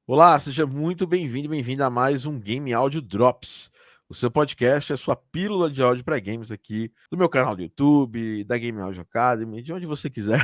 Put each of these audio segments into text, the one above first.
Olá, seja muito bem-vindo, bem-vinda a mais um Game Audio Drops, o seu podcast, a sua pílula de áudio para games aqui do meu canal do YouTube, da Game Audio Academy, de onde você quiser.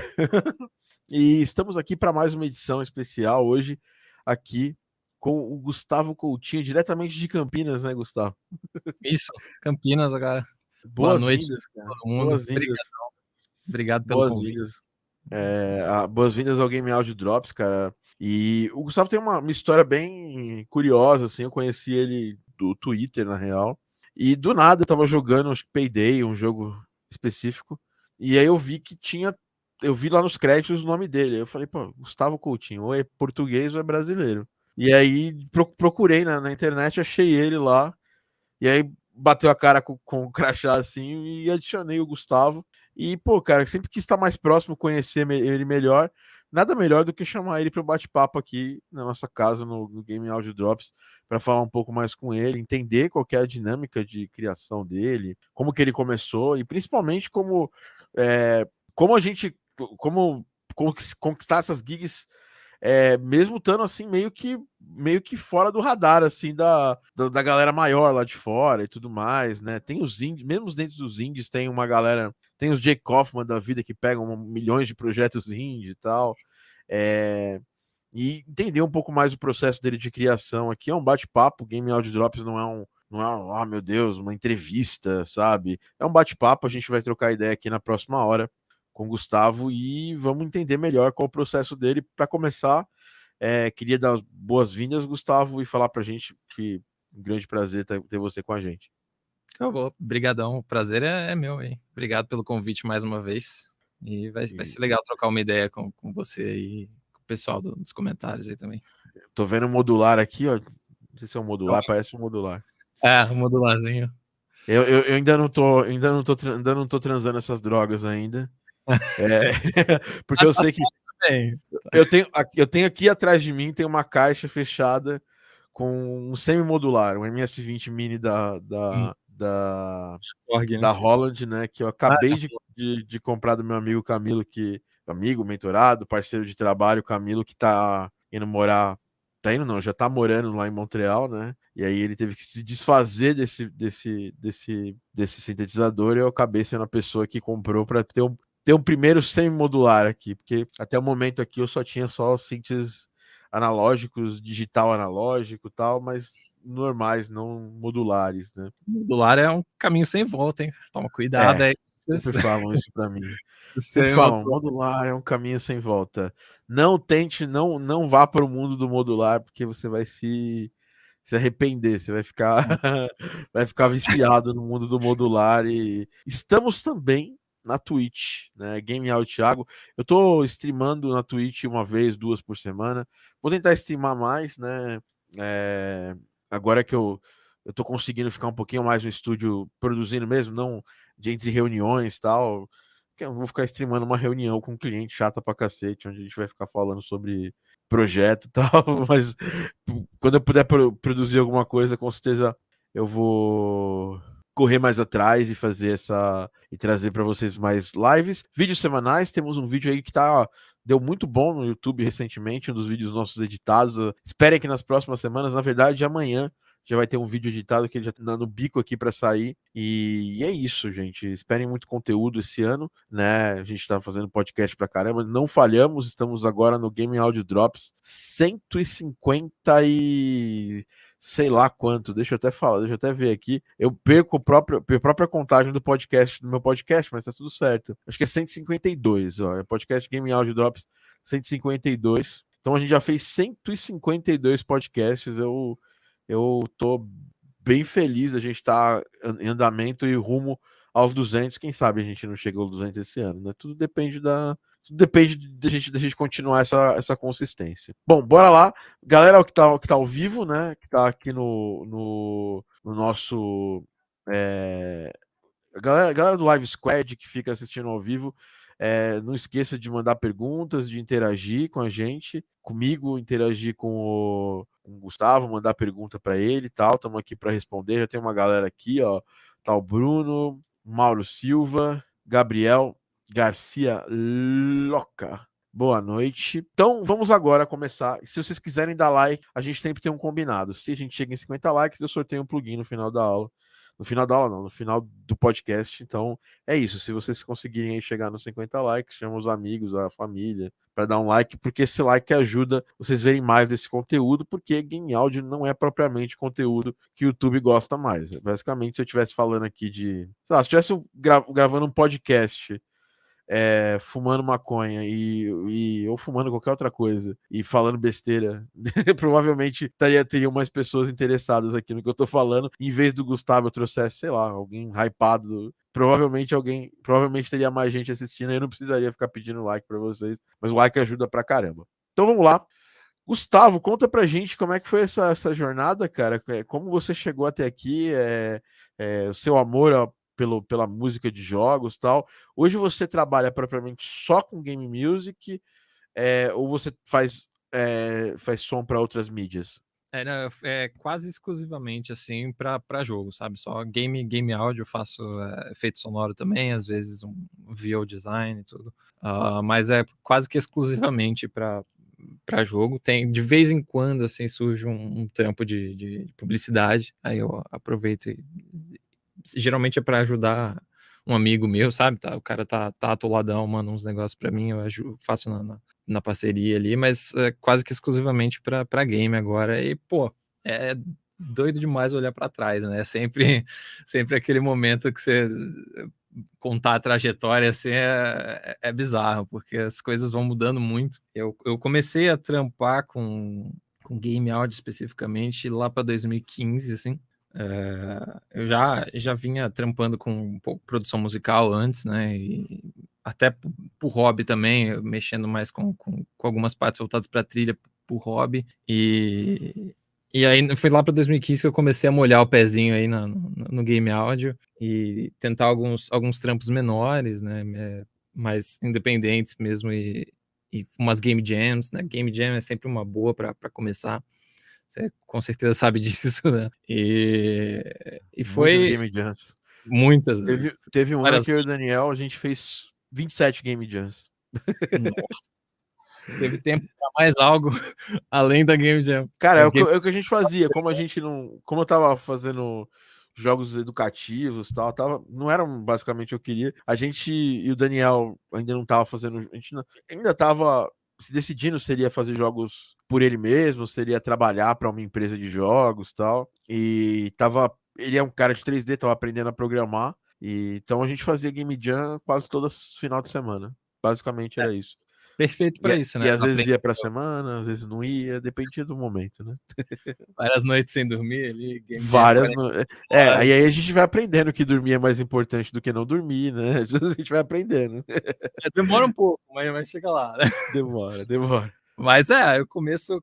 E estamos aqui para mais uma edição especial hoje aqui com o Gustavo Coutinho, diretamente de Campinas, né, Gustavo? Isso, Campinas, cara. Boa noite Boas-vindas, a cara. todo mundo. Boas-vindas. Obrigado pelo convite. Boas-vindas. Boas-vindas ao Game Audio Drops, cara. E o Gustavo tem uma história bem curiosa, assim. Eu conheci ele do Twitter, na real. E do nada eu tava jogando, acho que Payday, um jogo específico. E aí eu vi que tinha. Eu vi lá nos créditos o nome dele. Aí eu falei, pô, Gustavo Coutinho, ou é português ou é brasileiro. E aí procurei na internet, achei ele lá. E aí bateu a cara com o crachá assim e adicionei o Gustavo. E, pô, cara, sempre quis estar mais próximo, conhecer ele melhor. Nada melhor do que chamar ele para o bate-papo aqui na nossa casa, no Game Audio Drops, para falar um pouco mais com ele, entender qual que é a dinâmica de criação dele, como que ele começou e principalmente como a gente, como conquistar essas gigs mesmo estando assim meio que fora do radar assim da galera maior lá de fora e tudo mais, né? Tem os indies, mesmo dentro dos indies tem uma galera, tem os Jake Kaufman da vida que pegam milhões de projetos indie e tal. É, e entender um pouco mais o processo dele de criação aqui é um bate-papo. Game Audio Drops não é meu Deus, uma entrevista, sabe? É um bate-papo, a gente vai trocar ideia aqui na próxima hora com o Gustavo e vamos entender melhor qual o processo dele. Para começar, queria dar as boas-vindas, Gustavo, e falar para a gente que um grande prazer ter você com a gente. Eu vou. Brigadão, o prazer é meu, hein? Obrigado pelo convite mais uma vez. E vai E ser legal trocar uma ideia com você e com o pessoal dos comentários aí também. tô vendo um modular aqui, ó. Não sei se é um modular, parece um modular. Um modularzinho. Eu ainda não tô transando essas drogas ainda. Porque eu sei que Bem, eu tenho aqui atrás de mim tem uma caixa fechada com um semi-modular, um MS-20 Mini org, né? da Holland, né? Que eu acabei de comprar do meu amigo Camilo, amigo, mentorado, parceiro de trabalho, Camilo, que tá indo morar. Tá indo, não, já tá morando lá em Montreal, né? E aí ele teve que se desfazer desse sintetizador e eu acabei sendo a pessoa que comprou para ter um primeiro semi-modular aqui, porque até o momento aqui eu só tinha só synths analógicos, digital analógico e tal, mas normais, não modulares, né? Modular é um caminho sem volta, hein? Toma cuidado É, aí. sempre falam isso para mim. Sempre Sem falam, modular. modular é um caminho sem volta. Não tente, não vá para o mundo do modular, porque você vai se arrepender, você vai ficar vai ficar viciado no mundo do modular. E estamos também na Twitch, né? Game Out Thiago. Eu tô streamando na Twitch uma vez, duas por semana. Vou tentar streamar mais, né? É, agora que eu tô conseguindo ficar um pouquinho mais no estúdio produzindo mesmo, não de entre reuniões e tal. Que eu vou ficar streamando uma reunião com um cliente chata pra cacete, onde a gente vai ficar falando sobre projeto e tal, mas quando eu puder produzir alguma coisa, com certeza eu vou correr mais atrás e fazer e trazer para vocês mais lives, vídeos semanais. Temos um vídeo aí que deu muito bom no YouTube recentemente, um dos vídeos nossos editados. Esperem que nas próximas semanas, na verdade, amanhã já vai ter um vídeo editado que ele já tá dando bico aqui para sair. E é isso, gente. Esperem muito conteúdo esse ano, né? A gente tá fazendo podcast pra caramba, não falhamos. Estamos agora no Game Audio Drops 150 e sei lá quanto. Deixa eu até falar, deixa eu até ver aqui. Eu perco a própria contagem do podcast, do meu podcast, mas tá tudo certo. Acho que é 152, ó. É podcast Game Audio Drops 152. Então a gente já fez 152 podcasts. Eu tô bem feliz, a gente tá em andamento e rumo aos 200. Quem sabe a gente não chega aos 200 esse ano, né? Tudo depende da gente continuar essa consistência. Bom, bora lá. Galera que tá ao vivo, né? Que tá aqui no nosso. É, a galera do Live Squad que fica assistindo ao vivo, não esqueça de mandar perguntas, de interagir com a gente, comigo, interagir com o Gustavo, mandar pergunta para ele e tal. Estamos aqui para responder. Já tem uma galera aqui, ó. Tá o Bruno, Mauro Silva, Gabriel Garcia Loca. Boa noite. Então, vamos agora começar. Se vocês quiserem dar like, a gente sempre tem um combinado. Se a gente chega em 50 likes, eu sorteio um plugin no final da aula. No final da aula, não, no final do podcast. Então, é isso. Se vocês conseguirem aí chegar nos 50 likes, chama os amigos, a família, para dar um like, porque esse like ajuda vocês verem mais desse conteúdo, porque game áudio não é propriamente conteúdo que o YouTube gosta mais. Basicamente, se eu estivesse falando aqui de. Sei lá, se eu estivesse gravando um podcast fumando maconha ou fumando qualquer outra coisa e falando besteira, provavelmente teriam mais pessoas interessadas aqui no que eu tô falando. Em vez do Gustavo, eu trouxesse, sei lá, alguém hypado. Provavelmente teria mais gente assistindo e eu não precisaria ficar pedindo like para vocês, mas o like ajuda pra caramba. Então vamos lá. Gustavo, conta pra gente como é que foi essa jornada, cara. Como você chegou até aqui, o seu amor pela música de jogos e tal. Hoje você trabalha propriamente só com game music, ou você faz som para outras mídias? Não, quase exclusivamente assim para jogo, sabe? Só game áudio, eu faço efeito sonoro também, às vezes um VO design e tudo. Mas é quase que exclusivamente para jogo. Tem de vez em quando assim surge um trampo de publicidade, aí eu aproveito e geralmente é para ajudar um amigo meu, sabe? O cara tá atoladão, manda uns negócios para mim, eu faço na parceria ali, mas é quase que exclusivamente para game agora. E pô, é doido demais olhar para trás, né? Sempre aquele momento que você contar a trajetória assim é bizarro, porque as coisas vão mudando muito. Eu comecei a trampar com game áudio especificamente lá para 2015, assim. Eu já vinha trampando com um pouco produção musical antes, né? E até por hobby também, mexendo mais com algumas partes voltadas para trilha por hobby. E aí foi lá para 2015 que eu comecei a molhar o pezinho aí no game áudio e tentar alguns trampos menores, né? Mais independentes mesmo e umas game jams, né? Game jam é sempre uma boa para começar. Você com certeza sabe disso, né? E foi muitas game jams. Muitas. Teve um ano que eu e o Daniel, a gente fez 27 game jams. Nossa. Teve tempo para mais algo além da Game Jam. Cara, é o que a gente fazia. Como eu tava fazendo jogos educativos e tal, não era basicamente o que eu queria. A gente e o Daniel ainda não tava fazendo. A gente ainda tava se decidindo se seria fazer jogos por ele mesmo, seria trabalhar para uma empresa de jogos e tal. Ele é um cara de 3D, tava aprendendo a programar. Então a gente fazia Game Jam quase todas final de semana. Basicamente era isso. Perfeito para isso, né? E às vezes ia pra semana, às vezes não ia, dependia do momento, né? Várias noites sem dormir ali, game várias noites. Aí a gente vai aprendendo que dormir é mais importante do que não dormir, né? A gente vai aprendendo. Demora um pouco, mas chega lá, né? Demora. Mas o começo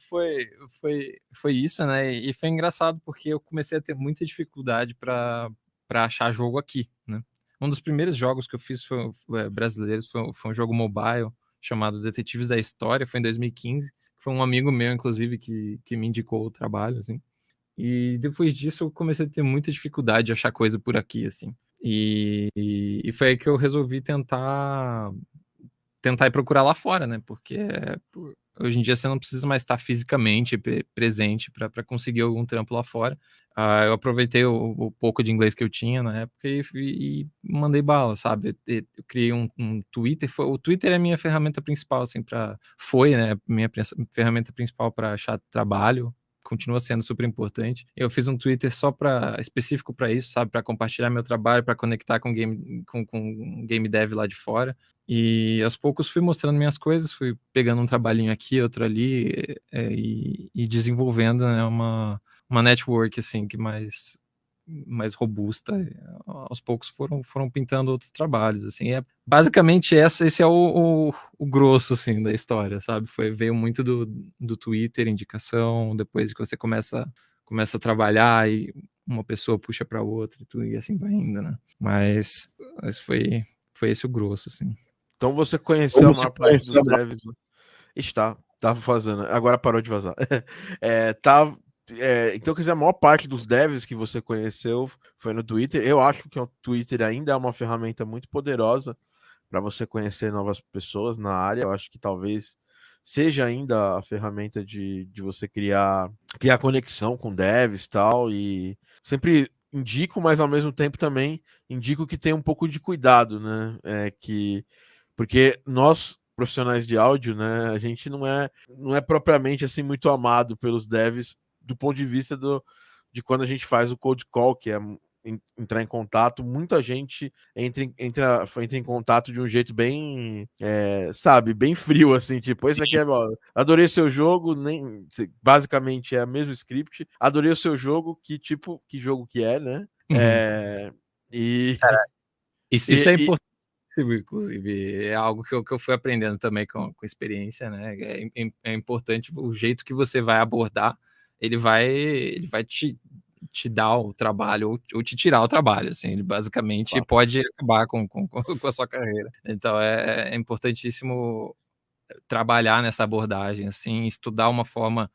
foi isso, né? E foi engraçado porque eu comecei a ter muita dificuldade para achar jogo aqui, né? Um dos primeiros jogos que eu fiz brasileiros foi um jogo mobile chamado Detetives da História, foi em 2015. Foi um amigo meu, inclusive, que me indicou o trabalho, assim. E depois disso eu comecei a ter muita dificuldade de achar coisa por aqui, assim. E foi aí que eu resolvi tentar ir procurar lá fora, né? Porque hoje em dia você não precisa mais estar fisicamente presente para conseguir algum trampo lá fora. Eu aproveitei o pouco de inglês que eu tinha na época e mandei bala, sabe? Eu criei um Twitter. O Twitter é a minha ferramenta principal, assim, foi, né? Minha ferramenta principal para achar trabalho. Continua sendo super importante. Eu fiz um Twitter só específico para isso, sabe? Para compartilhar meu trabalho, para conectar com game dev lá de fora. E aos poucos fui mostrando minhas coisas, fui pegando um trabalhinho aqui, outro ali, e desenvolvendo, né, uma network assim que mais robusta. Aos poucos foram pintando outros trabalhos, assim. Basicamente esse é o grosso assim da história, sabe? Veio muito do Twitter, indicação, depois que você começa a trabalhar e uma pessoa puxa para outra e tudo, e assim vai indo, né? Mas foi esse o grosso, assim. Então você conheceu a maior parte dos devs. Tava fazendo. Agora parou de vazar. Então, quer dizer, a maior parte dos devs que você conheceu foi no Twitter. Eu acho que o Twitter ainda é uma ferramenta muito poderosa para você conhecer novas pessoas na área. Eu acho que talvez seja ainda a ferramenta de você criar conexão com devs e tal, e sempre indico, mas ao mesmo tempo também indico que tenha um pouco de cuidado, né? Porque nós, profissionais de áudio, né, a gente não é propriamente assim muito amado pelos devs do ponto de vista de quando a gente faz o cold call, que é entrar em contato. Muita gente entra em contato de um jeito bem, sabe, bem frio, assim, tipo, esse aqui adorei seu jogo, basicamente é o mesmo script, adorei o seu jogo, que jogo que é, né? E, isso é importante, inclusive, é algo que eu fui aprendendo também com experiência, né? É importante o jeito que você vai abordar, ele vai te dar o trabalho ou te tirar o trabalho, assim, ele basicamente pode acabar com a sua carreira. Então é importantíssimo trabalhar nessa abordagem, assim, estudar uma forma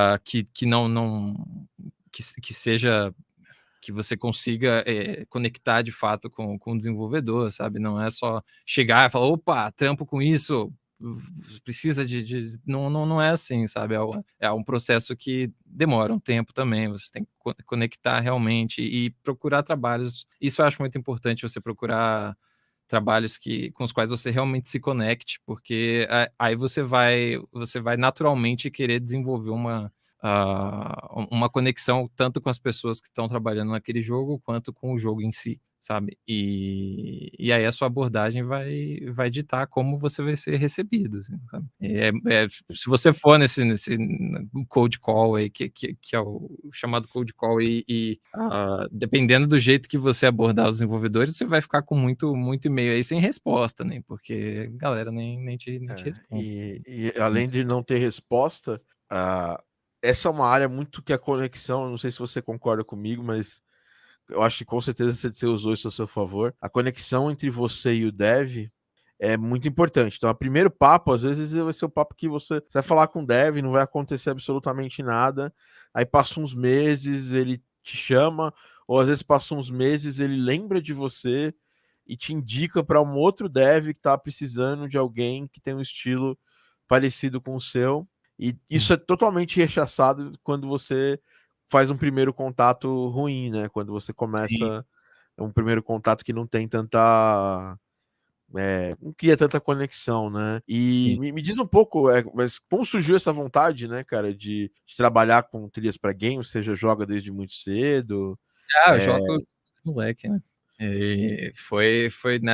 que seja, que você consiga conectar de fato com o desenvolvedor, sabe? Não é só chegar e falar, opa, trampo com isso, precisa não é assim, sabe? É um processo que demora um tempo também, você tem que conectar realmente e procurar trabalhos. Isso eu acho muito importante, você procurar trabalhos com os quais você realmente se conecte, porque aí você vai naturalmente querer desenvolver uma conexão tanto com as pessoas que estão trabalhando naquele jogo quanto com o jogo em si, sabe? E aí a sua abordagem vai ditar como você vai ser recebido, assim, sabe? Se você for nesse cold call aí, que é o chamado cold call, dependendo do jeito que você abordar os desenvolvedores, você vai ficar com muito e-mail aí sem resposta, né? Porque a galera nem te responde. E além de não ter resposta, essa é uma área muito que a conexão, não sei se você concorda comigo, mas eu acho que com certeza você usou isso a seu favor. A conexão entre você e o dev é muito importante. Então, o primeiro papo, às vezes, vai ser o papo que você vai falar com o dev, não vai acontecer absolutamente nada. Aí passa uns meses, ele te chama, ou às vezes passa uns meses, ele lembra de você e te indica para um outro dev que está precisando de alguém que tem um estilo parecido com o seu. E isso é totalmente rechaçado quando você faz um primeiro contato ruim, né? Quando você começa um primeiro contato que não tem tanta... não cria tanta conexão, né? E me diz um pouco, mas como surgiu essa vontade, né, cara, de trabalhar com trilhas para games? Você já joga desde muito cedo? Eu jogo moleque, né? E foi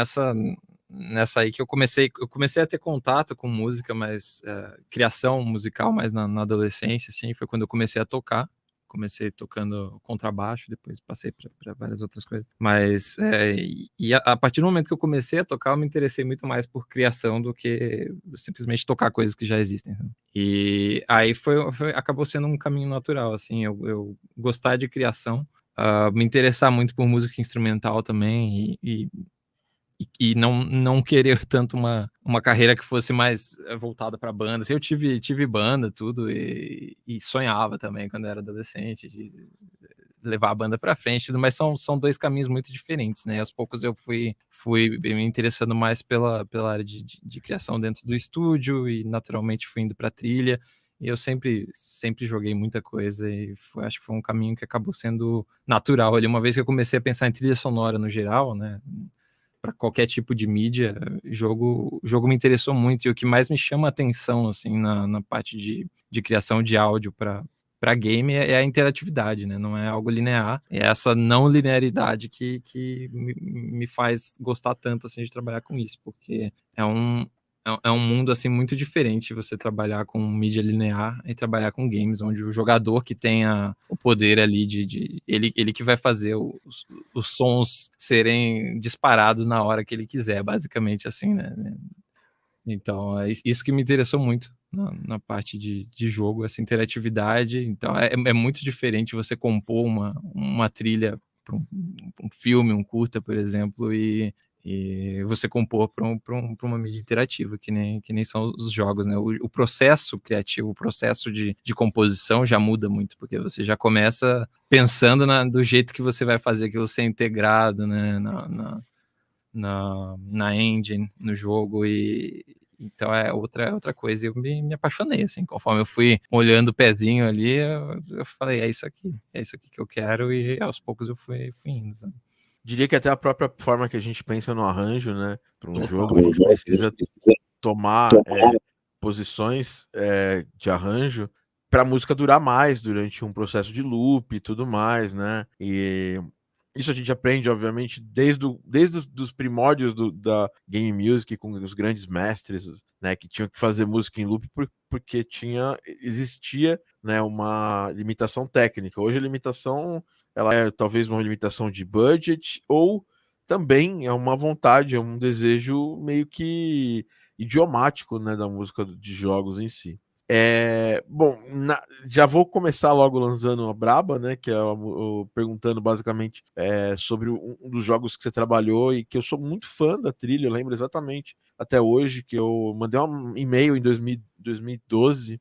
nessa aí que eu comecei a ter contato com música, mas criação musical mais na adolescência, assim, foi quando eu comecei a tocar. Comecei tocando contrabaixo, depois passei para várias outras coisas. Mas a partir do momento que eu comecei a tocar, eu me interessei muito mais por criação do que simplesmente tocar coisas que já existem. Né? E aí acabou sendo um caminho natural, assim, eu gostar de criação, me interessar muito por música instrumental também e não querer tanto uma carreira que fosse mais voltada para banda. Assim, eu tive banda, tudo, e sonhava também quando eu era adolescente de levar a banda para frente, mas são dois caminhos muito diferentes, né? Aos poucos eu fui me interessando mais pela área de criação dentro do estúdio e naturalmente fui indo para trilha. E eu sempre joguei muita coisa e acho que foi um caminho que acabou sendo natural ali. Uma vez que eu comecei a pensar em trilha sonora no geral, né? Para qualquer tipo de mídia, jogo me interessou muito, e o que mais me chama a atenção assim na parte de criação de áudio para game é a interatividade, né? Não é algo linear, é essa não linearidade que me faz gostar tanto assim de trabalhar com isso, porque é um mundo assim muito diferente você trabalhar com mídia linear e trabalhar com games, onde o jogador que tenha o poder ali ele que vai fazer os sons serem disparados na hora que ele quiser, basicamente assim, né? Então, é isso que me interessou muito na parte de jogo, essa interatividade. Então, é muito diferente você compor uma trilha para um filme, um curta, por exemplo, e você compor para uma mídia interativa, que nem são os jogos, né? O processo criativo, o processo de composição já muda muito, porque você já começa pensando do jeito que você vai fazer aquilo ser integrado, né? na engine, no jogo, e então é outra coisa. Eu me apaixonei, assim, conforme eu fui molhando o pezinho ali, eu falei, é isso aqui que eu quero, e aos poucos eu fui indo, sabe? Diria que até a própria forma que a gente pensa no arranjo, né, para um Total. jogo, a gente precisa tomar posições de arranjo para a música durar mais durante um processo de loop e tudo mais, né? E isso a gente aprende, obviamente, desde os primórdios da game music, com os grandes mestres, né, que tinham que fazer música em loop porque existia, né, uma limitação técnica. Hoje a limitação, ela é talvez uma limitação de budget, ou também é uma vontade, é um desejo meio que idiomático, né, da música de jogos em si. Bom, já vou começar logo lançando uma braba, né? Que é perguntando basicamente sobre um dos jogos que você trabalhou e que eu sou muito fã da trilha. Eu lembro exatamente até hoje que eu mandei um e-mail em 2012.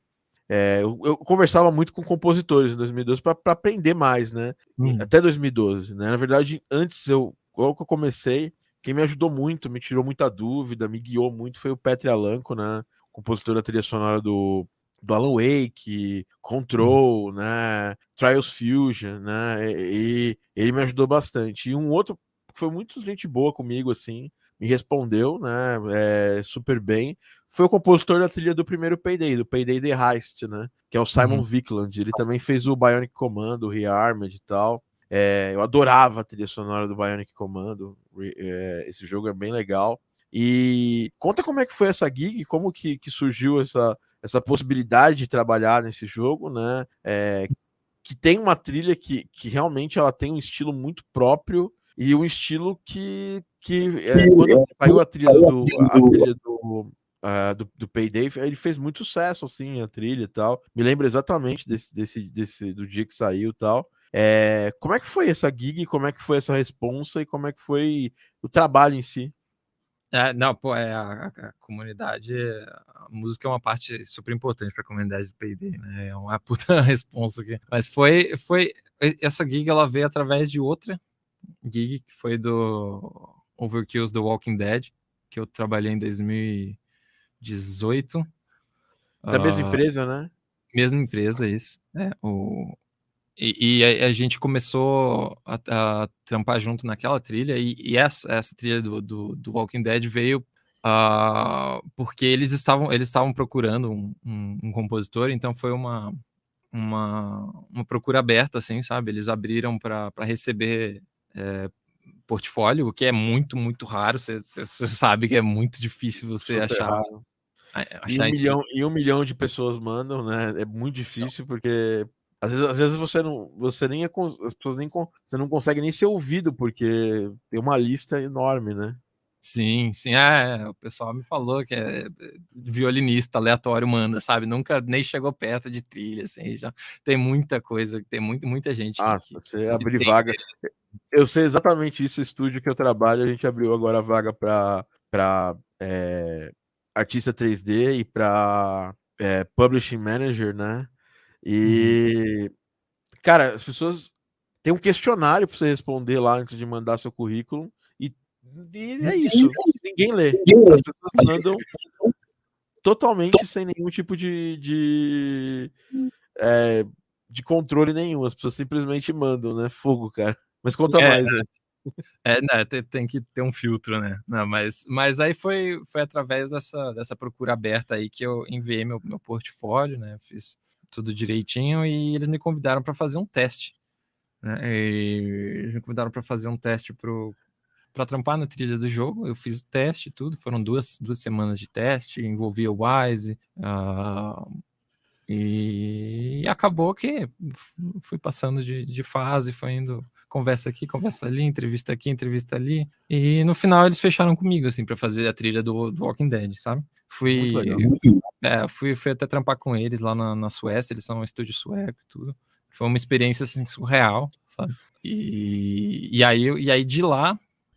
Eu conversava muito com compositores em 2012 para aprender mais, né? Até 2012, né? Na verdade, antes logo que eu comecei, quem me ajudou muito, me tirou muita dúvida, me guiou muito foi o Petri Alanco, né? Compositor da trilha sonora do Alan Wake, Control, né, Trials Fusion, né, e ele me ajudou bastante. E um outro que foi muito gente boa comigo, assim, me respondeu, né, super bem, foi o compositor da trilha do primeiro Payday, do Payday The Heist, né, que é o Simon Vickland. Ele também fez o Bionic Commando, o Rearmed e tal. Eu adorava a trilha sonora do Bionic Commando, esse jogo é bem legal. E conta como é que foi essa gig, como que surgiu essa possibilidade de trabalhar nesse jogo, né? Que tem uma trilha que realmente ela tem um estilo muito próprio e um estilo que quando saiu a trilha do Payday, ele fez muito sucesso, assim, a trilha e tal. Me lembro exatamente do dia que saiu e tal. Como é que foi essa gig, como é que foi essa responsa e como é que foi o trabalho em si? Não, pô, a comunidade, a música é uma parte super importante para a comunidade do P&D, né? É uma puta responsa aqui. Mas essa gig, ela veio através de outra gig, que foi do Overkill's The Walking Dead, que eu trabalhei em 2018. Da mesma empresa, né? Mesma empresa, isso. E a gente começou a trampar junto naquela trilha, e essa trilha do Walking Dead veio porque eles estavam procurando um compositor, então foi uma procura aberta, assim, sabe? Eles abriram para receber portfólio, o que é muito, muito raro. Você sabe que é muito difícil você Super achar. raro. E um milhão de pessoas mandam, né? É muito difícil, porque às vezes você não consegue nem ser ouvido, porque tem uma lista enorme, né? Sim, o pessoal me falou que violinista aleatório manda, sabe? Nunca nem chegou perto de trilha, assim, já tem muita coisa, tem muita gente que você abrir vaga. Eu sei exatamente isso, o estúdio que eu trabalho, a gente abriu agora a vaga para artista 3D e para publishing manager, né? E, cara, as pessoas têm um questionário para você responder lá antes de mandar seu currículo, e é isso, ninguém lê. As pessoas mandam totalmente sem nenhum tipo de controle nenhum. As pessoas simplesmente mandam, né? Fogo, cara. Mas conta mais, né? Né, tem que ter um filtro, né? Não, mas aí foi através dessa procura aberta aí que eu enviei meu portfólio, né? Fiz tudo direitinho e eles me convidaram para fazer um teste, né? Eles me convidaram para fazer um teste para trampar na trilha do jogo. Eu fiz o teste e tudo, foram duas semanas de teste, envolvia o Wise, e acabou que fui passando de fase, foi indo conversa aqui, conversa ali, entrevista aqui, entrevista ali, e no final eles fecharam comigo, assim, para fazer a trilha do Walking Dead, sabe? Muito legal. Fui até trampar com eles lá na Suécia, eles são um estúdio sueco e tudo. Foi uma experiência, assim, surreal, sabe? E aí de lá,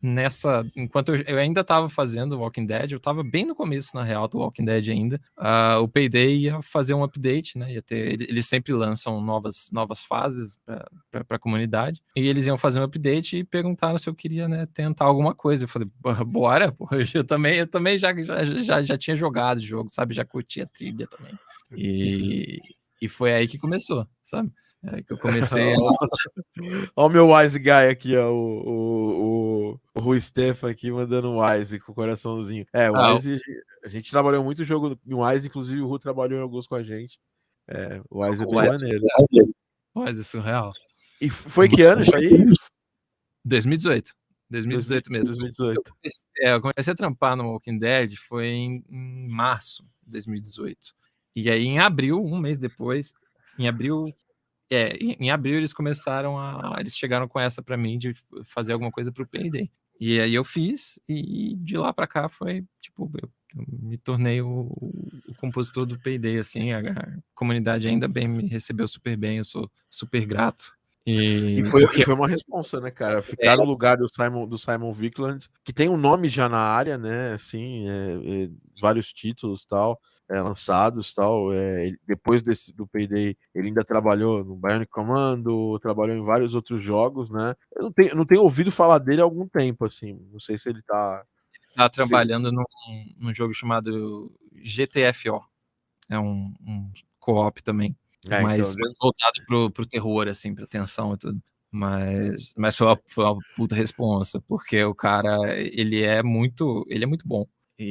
enquanto eu ainda tava fazendo Walking Dead, eu tava bem no começo, na real, do Walking Dead ainda, o Payday ia fazer um update, né, eles sempre lançam novas fases pra comunidade, e eles iam fazer um update e perguntaram se eu queria, né, tentar alguma coisa. Eu falei, bora, pô, eu também já tinha jogado o jogo, sabe, já curti a trilha também, e foi aí que começou, sabe? É que eu comecei a... Olha o meu Wise Guy aqui, ó, o Rui Stefan aqui mandando um Wise com o coraçãozinho. O Wise, a gente trabalhou muito jogo em Wise, inclusive o Ru trabalhou em alguns com a gente. O Wise é bem maneiro. O Wise é surreal. E foi que ano isso aí? 2018. 2018 mesmo. 2018. Eu comecei a trampar no Walking Dead foi em março de 2018. E aí em abril, um mês depois, em abril eles começaram eles chegaram com essa pra mim de fazer alguma coisa pro Payday. E aí eu fiz, e de lá pra cá foi, tipo, eu me tornei o compositor do Payday, assim, a comunidade ainda bem me recebeu super bem, eu sou super grato. E foi uma responsa, né, cara? Ficar no lugar do Simon Vickland, que tem um nome já na área, né? Assim, vários títulos tal, lançados tal. Depois do Payday, ele ainda trabalhou no Bionic Commando, trabalhou em vários outros jogos, né? Eu não tenho ouvido falar dele há algum tempo, assim. Não sei se ele tá trabalhando num jogo chamado GTFO. É um co-op também. Mas então, voltado pro terror, assim, pra tensão e tudo. Mas foi uma puta responsa, porque o cara, ele é muito bom.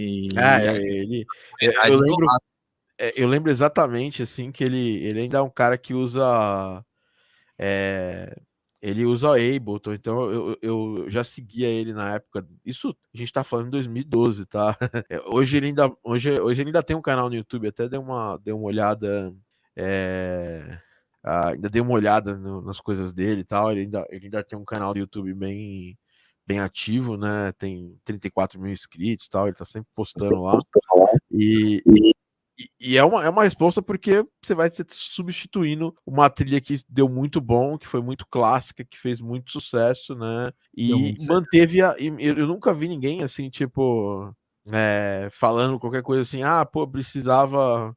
Eu lembro exatamente, assim, que ele ainda é um cara que usa... ele usa Ableton, então eu já seguia ele na época. Isso a gente tá falando em 2012, tá? Hoje ele ainda tem um canal no YouTube, até dei uma olhada. Ainda dei uma olhada nas coisas dele e tal. Ele ainda tem um canal do YouTube bem ativo, né? Tem 34 mil inscritos e tal. Ele tá sempre postando lá. E é uma resposta porque você vai substituindo uma trilha que deu muito bom, que foi muito clássica, que fez muito sucesso, né? E manteve eu nunca vi ninguém assim, tipo, falando qualquer coisa assim, pô, precisava.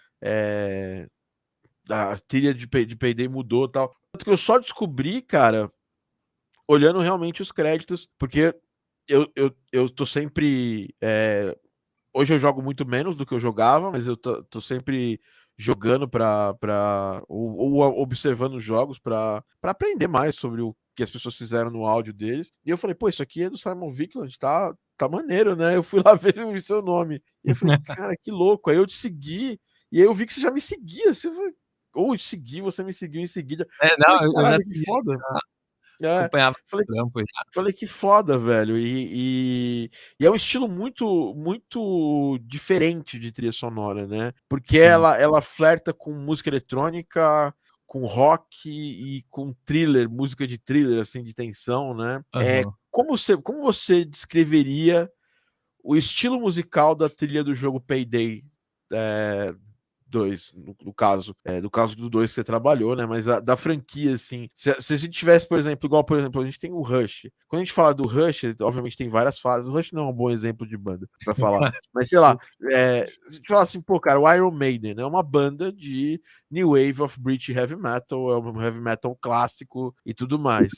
A trilha de Payday mudou e tal. Tanto que eu só descobri, cara, olhando realmente os créditos, porque eu tô sempre. Hoje eu jogo muito menos do que eu jogava, mas eu tô sempre jogando ou observando os jogos para aprender mais sobre o que as pessoas fizeram no áudio deles. E eu falei, pô, isso aqui é do Simon Vickland, tá maneiro, né? Eu fui lá ver o seu nome. E eu falei, cara, que louco. Aí eu te segui, e aí eu vi que você já me seguia. Ou eu te segui, você me seguiu em seguida. Não, falei, eu já te foda. Acompanhava esse trampo. Falei que foda, velho. E é um estilo muito, muito diferente de trilha sonora, né? Porque ela flerta com música eletrônica, com rock e com thriller, música de thriller, assim, de tensão, né? Como você descreveria o estilo musical da trilha do jogo Payday 2, no caso, do caso do 2 que você trabalhou, né? Mas da franquia, assim, se a gente tivesse, por exemplo, a gente tem o Rush. Quando a gente fala do Rush, obviamente tem várias fases. O Rush não é um bom exemplo de banda pra falar, mas sei lá, a gente fala assim, pô, cara, o Iron Maiden é uma banda de New Wave of British Heavy Metal, é um heavy metal clássico e tudo mais.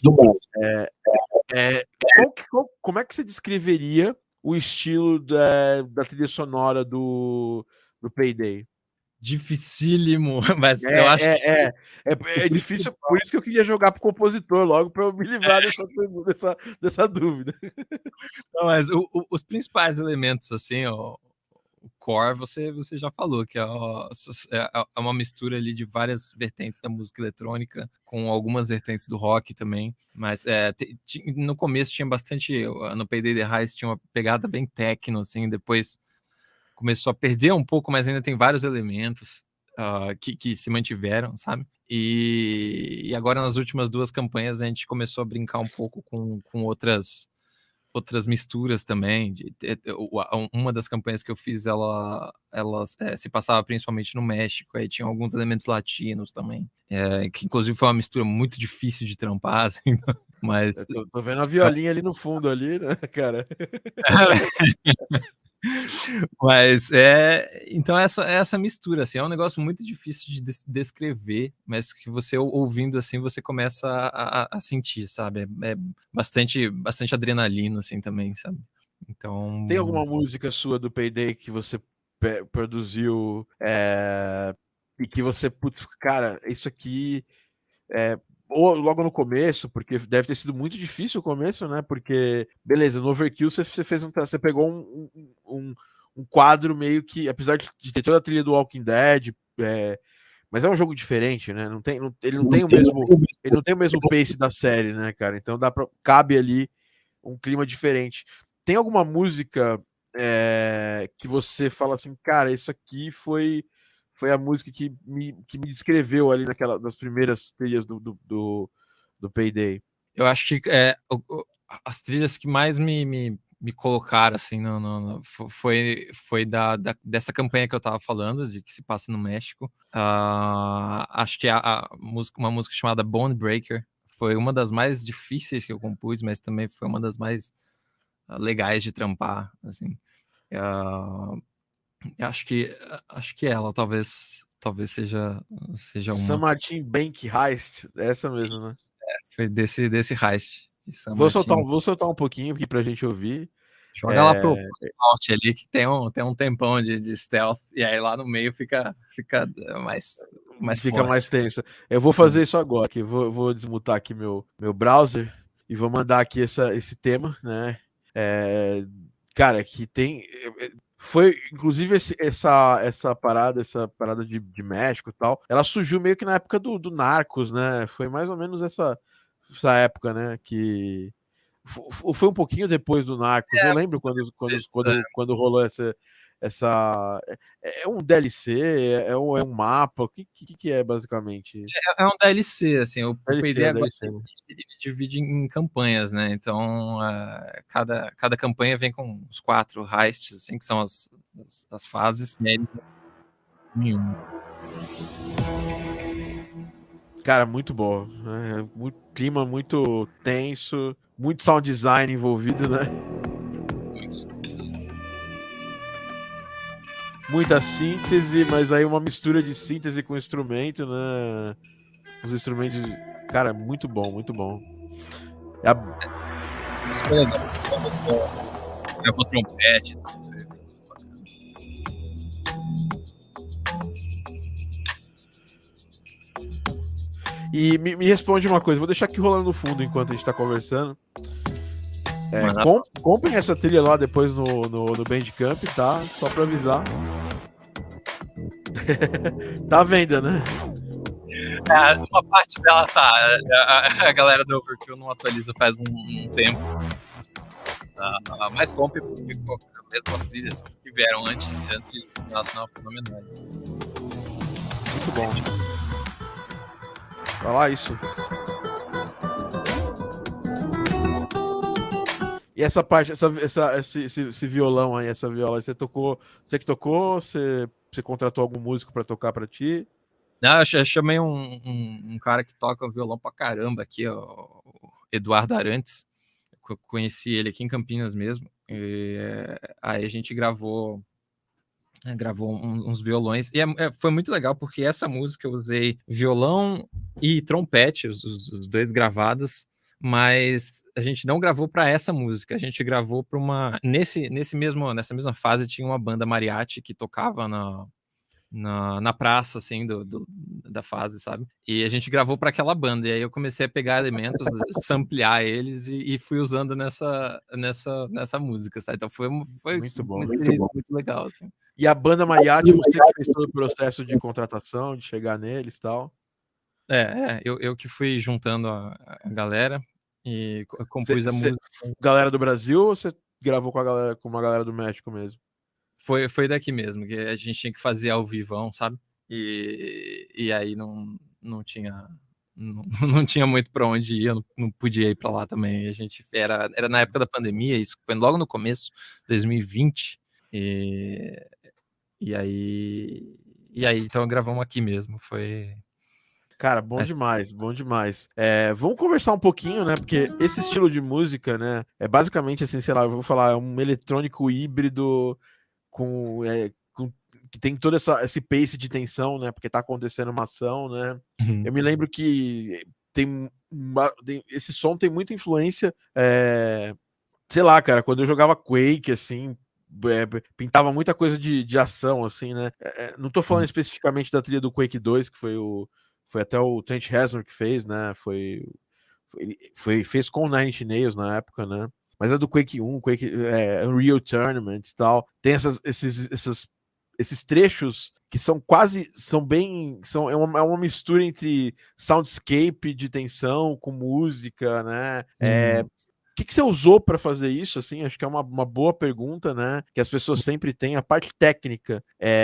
Como é que você descreveria o estilo da trilha sonora do Payday? Dificílimo, mas eu acho que é difícil, por isso que eu queria jogar pro compositor logo para eu me livrar dessa dúvida. Não, mas os principais elementos, assim, o core, você já falou, que é uma mistura ali de várias vertentes da música eletrônica, com algumas vertentes do rock também, mas no começo tinha bastante, no Payday The Heist tinha uma pegada bem techno, assim, depois começou a perder um pouco, mas ainda tem vários elementos que se mantiveram, sabe? E agora nas últimas duas campanhas a gente começou a brincar um pouco com outras misturas também. Uma das campanhas que eu fiz, ela se passava principalmente no México, aí tinha alguns elementos latinos também, que inclusive foi uma mistura muito difícil de trampar, assim, Mas Eu tô vendo a violinha ali no fundo ali, né, cara? Mas então essa mistura, assim, é um negócio muito difícil de descrever, mas que você ouvindo assim, você começa a sentir, sabe? É bastante adrenalina, assim, também, sabe? Então. Tem alguma música sua do Payday que você produziu e que você, putz, cara, isso aqui ou logo no começo, porque deve ter sido muito difícil o começo, né? Porque, beleza, no Overkill você fez você pegou um quadro meio que, apesar de ter toda a trilha do Walking Dead, mas é um jogo diferente, né? Ele não tem o mesmo, ele não tem o mesmo pace da série, né, cara? Então cabe ali um clima diferente. Tem alguma música que você fala assim, cara, isso aqui foi a música que me descreveu ali das primeiras trilhas do Payday? Eu acho que as trilhas que mais me colocaram assim foi dessa campanha que eu tava falando, de que se passa no México. Acho que uma música chamada Bone Breaker foi uma das mais difíceis que eu compus, mas também foi uma das mais legais de trampar, assim. Acho que ela talvez seja San uma. Martin Bank Heist, essa mesmo, né? Foi desse heist de San Vou soltar, Martin. vou soltar um pouquinho aqui pra gente ouvir. Joga lá pro norte ali, que tem um tempão de stealth, e aí lá no meio fica mais Fica forte. mais tenso. Eu vou fazer isso agora, aqui. Vou desmutar aqui meu browser e vou mandar aqui esse tema, né? Cara, que tem. Foi, inclusive, essa parada de México e tal, ela surgiu meio que na época do Narcos, né? Foi mais ou menos essa época, né? Que foi um pouquinho depois do Narcos. Eu lembro quando rolou essa é um DLC, é um mapa, o que é basicamente? É um DLC, assim, o DLC, P&D é um agora DLC, né? ele divide em campanhas, né? Então, cada campanha vem com os 4 heists, assim, que são as fases, e aí eles vão em um. Cara, muito bom, né? Muito clima muito tenso, muito sound design envolvido, né? Muita síntese, mas aí uma mistura de síntese com instrumento, né? Os instrumentos, cara, muito bom, muito bom. Isso foi legal. Gravou trompete. E me responde uma coisa, vou deixar aqui rolando no fundo enquanto a gente tá conversando. Comprem essa trilha lá depois no Bandcamp, tá? Só pra avisar. Tá à venda, né? Uma parte dela tá. A galera do Overkill não atualiza faz um tempo. Mas compre, porque mesmo as trilhas que vieram antes elas são fenomenais. Muito bom. Falar isso. E essa parte, esse violão aí, essa viola, você que tocou, você contratou algum músico para tocar para ti? Não, eu chamei um cara que toca violão pra caramba aqui, ó, o Eduardo Arantes. Eu conheci ele aqui em Campinas mesmo. Aí a gente gravou uns violões. E foi muito legal, porque essa música eu usei violão e trompete, os dois gravados, mas a gente não gravou para essa música, a gente gravou para uma. Nessa mesma fase tinha uma banda mariachi que tocava na praça, assim, da fase, sabe? E a gente gravou para aquela banda, e aí eu comecei a pegar elementos, samplear eles e fui usando nessa música, sabe? Então foi uma experiência muito legal, assim. E a banda mariachi, você que fez todo o processo de contratação, de chegar neles e tal? Eu que fui juntando a galera e compus a música. Galera do Brasil ou você gravou com uma galera do México mesmo? Foi daqui mesmo, que a gente tinha que fazer ao vivão, sabe? E aí não tinha muito para onde ir, eu não podia ir para lá também. A gente era na época da pandemia, isso foi logo no começo, 2020. E aí então gravamos aqui mesmo, foi Cara, bom demais, bom demais. Vamos conversar um pouquinho, né? Porque esse estilo de música, né? É basicamente assim, sei lá, eu vou falar, é um eletrônico híbrido que tem todo esse pace de tensão, né? Porque tá acontecendo uma ação, né? Eu me lembro que esse som tem muita influência. Sei lá, cara, quando eu jogava Quake, assim, pintava muita coisa de ação, assim, né? Não tô falando especificamente da trilha do Quake 2, que foi até o Trent Reznor que fez, né? Fez com o Nine Inch Nails na época, né? Mas é do Quake 1, Unreal Tournament e tal. Tem esses trechos que é uma mistura entre soundscape de tensão com música, né? O que você usou para fazer isso? Assim, acho que é uma boa pergunta, né? Que as pessoas sempre têm. A parte técnica,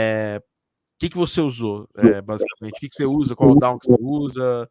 o que você usou, basicamente? O que você usa? Qual DAW que você usa?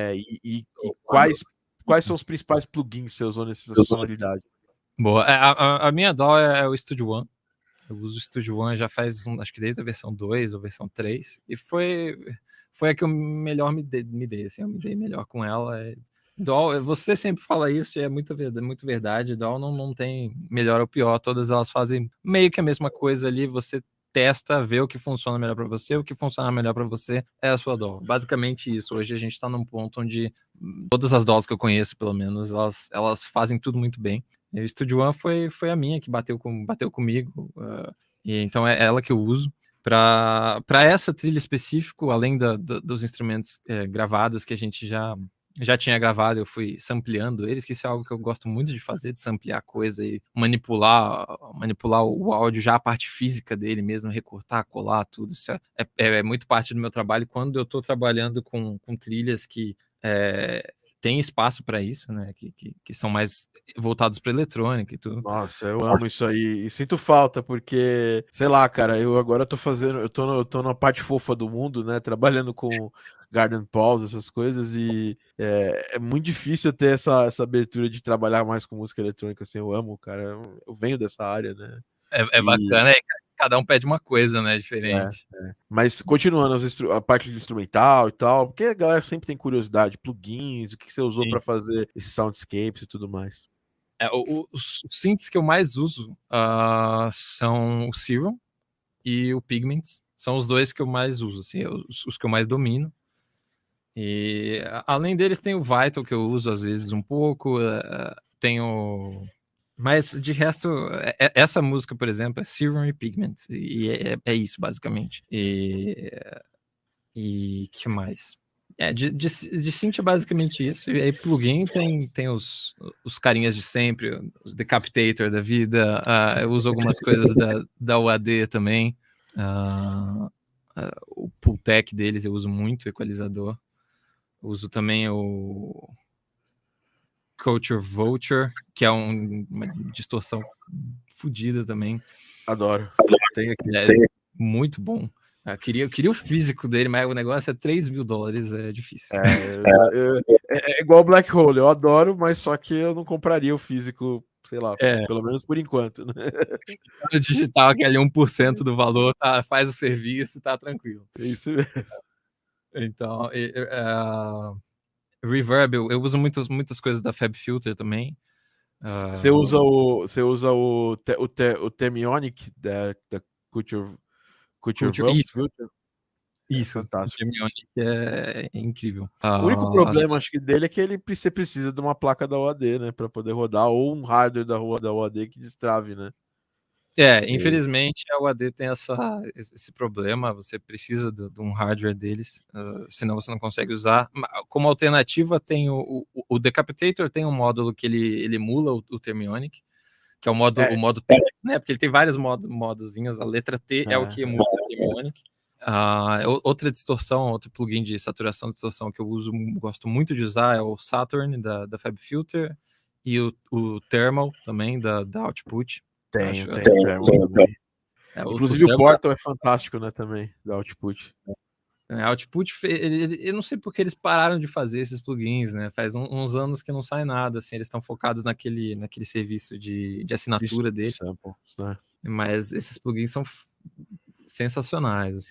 E quais são os principais plugins que você usou nessa sonoridade? Boa. A minha DAW é o Studio One. Eu uso o Studio One já faz, acho que desde a versão 2 ou versão 3. E foi a que eu melhor me dei, assim, eu me dei melhor com ela. DAW, você sempre fala isso, e é muito verdade. DAW não tem melhor ou pior, todas elas fazem meio que a mesma coisa ali. Você testa, vê o que funciona melhor para você, o que funciona melhor para você é a sua DAW. Basicamente isso. Hoje a gente está num ponto onde todas as DAWs que eu conheço, pelo menos, elas fazem tudo muito bem. E o Studio One foi a minha que bateu comigo, e então é ela que eu uso. Para essa trilha específica, além dos instrumentos gravados que a gente já tinha gravado, eu fui sampleando eles, que isso é algo que eu gosto muito de fazer, de samplear coisa e manipular o áudio, já a parte física dele mesmo, recortar, colar, tudo. Isso é muito parte do meu trabalho. Quando eu estou trabalhando com trilhas que tem espaço para isso, né? Que são mais voltados para eletrônica e tudo. Nossa, eu amo isso aí. E sinto falta, porque, sei lá, cara, eu agora eu tô na parte fofa do mundo, né? Trabalhando com Garden Pause, essas coisas, e é muito difícil ter essa abertura de trabalhar mais com música eletrônica, assim, eu amo, cara. Eu venho dessa área, né? É bacana, cada um pede uma coisa, né? Diferente. Mas continuando a parte de instrumental e tal, porque a galera sempre tem curiosidade, plugins, o que você usou para fazer esses soundscapes e tudo mais. Os synths que eu mais uso são o Serum e o Pigments. São os dois que eu mais uso, assim, os que eu mais domino. E além deles tem o Vital, que eu uso às vezes um pouco. Tenho... Mas de resto, essa música, por exemplo, é Serum e Pigments. E é isso, basicamente. E que mais? De synth é basicamente isso. E aí, plugin tem os carinhas de sempre, os Decapitator da vida. Eu uso algumas coisas da UAD também. O Pultec deles eu uso muito, o equalizador. Uso também o Culture Vulture, que é uma distorção fodida também. Adoro. Tem aqui. Muito bom. Eu queria o físico dele, mas o negócio é $3.000, é difícil. É igual o Black Hole, eu adoro, mas só que eu não compraria o físico, sei lá, pelo menos por enquanto, né? O digital, que é ali 1% do valor, faz o serviço, tá tranquilo. É isso mesmo. Então, Reverb, eu uso muitas coisas da Fab Filter também. Você usa o Temionic da Culture Filter? Isso, fantástico. O Temionic é incrível. O único problema, acho que dele é que você precisa de uma placa da UAD, né, para poder rodar, ou um hardware da UAD que destrave, né? Infelizmente a UAD tem esse problema, você precisa de um hardware deles, senão você não consegue usar. Como alternativa, tem o Decapitator, tem um módulo que ele emula o Thermionic, que é o modo T, né? Porque ele tem vários modozinhos, a letra T é o que emula o Thermionic. Outra distorção, outro plugin de saturação de distorção que eu gosto muito de usar é o Saturn da Fab Filter e o Thermal também da Output. Tem. Inclusive o Portal é fantástico, né, também, da Output. Output, eu não sei porque eles pararam de fazer esses plugins, né? Faz uns anos que não sai nada, assim, eles estão focados naquele serviço de assinatura deles. Samples, né? Mas esses plugins são sensacionais, assim.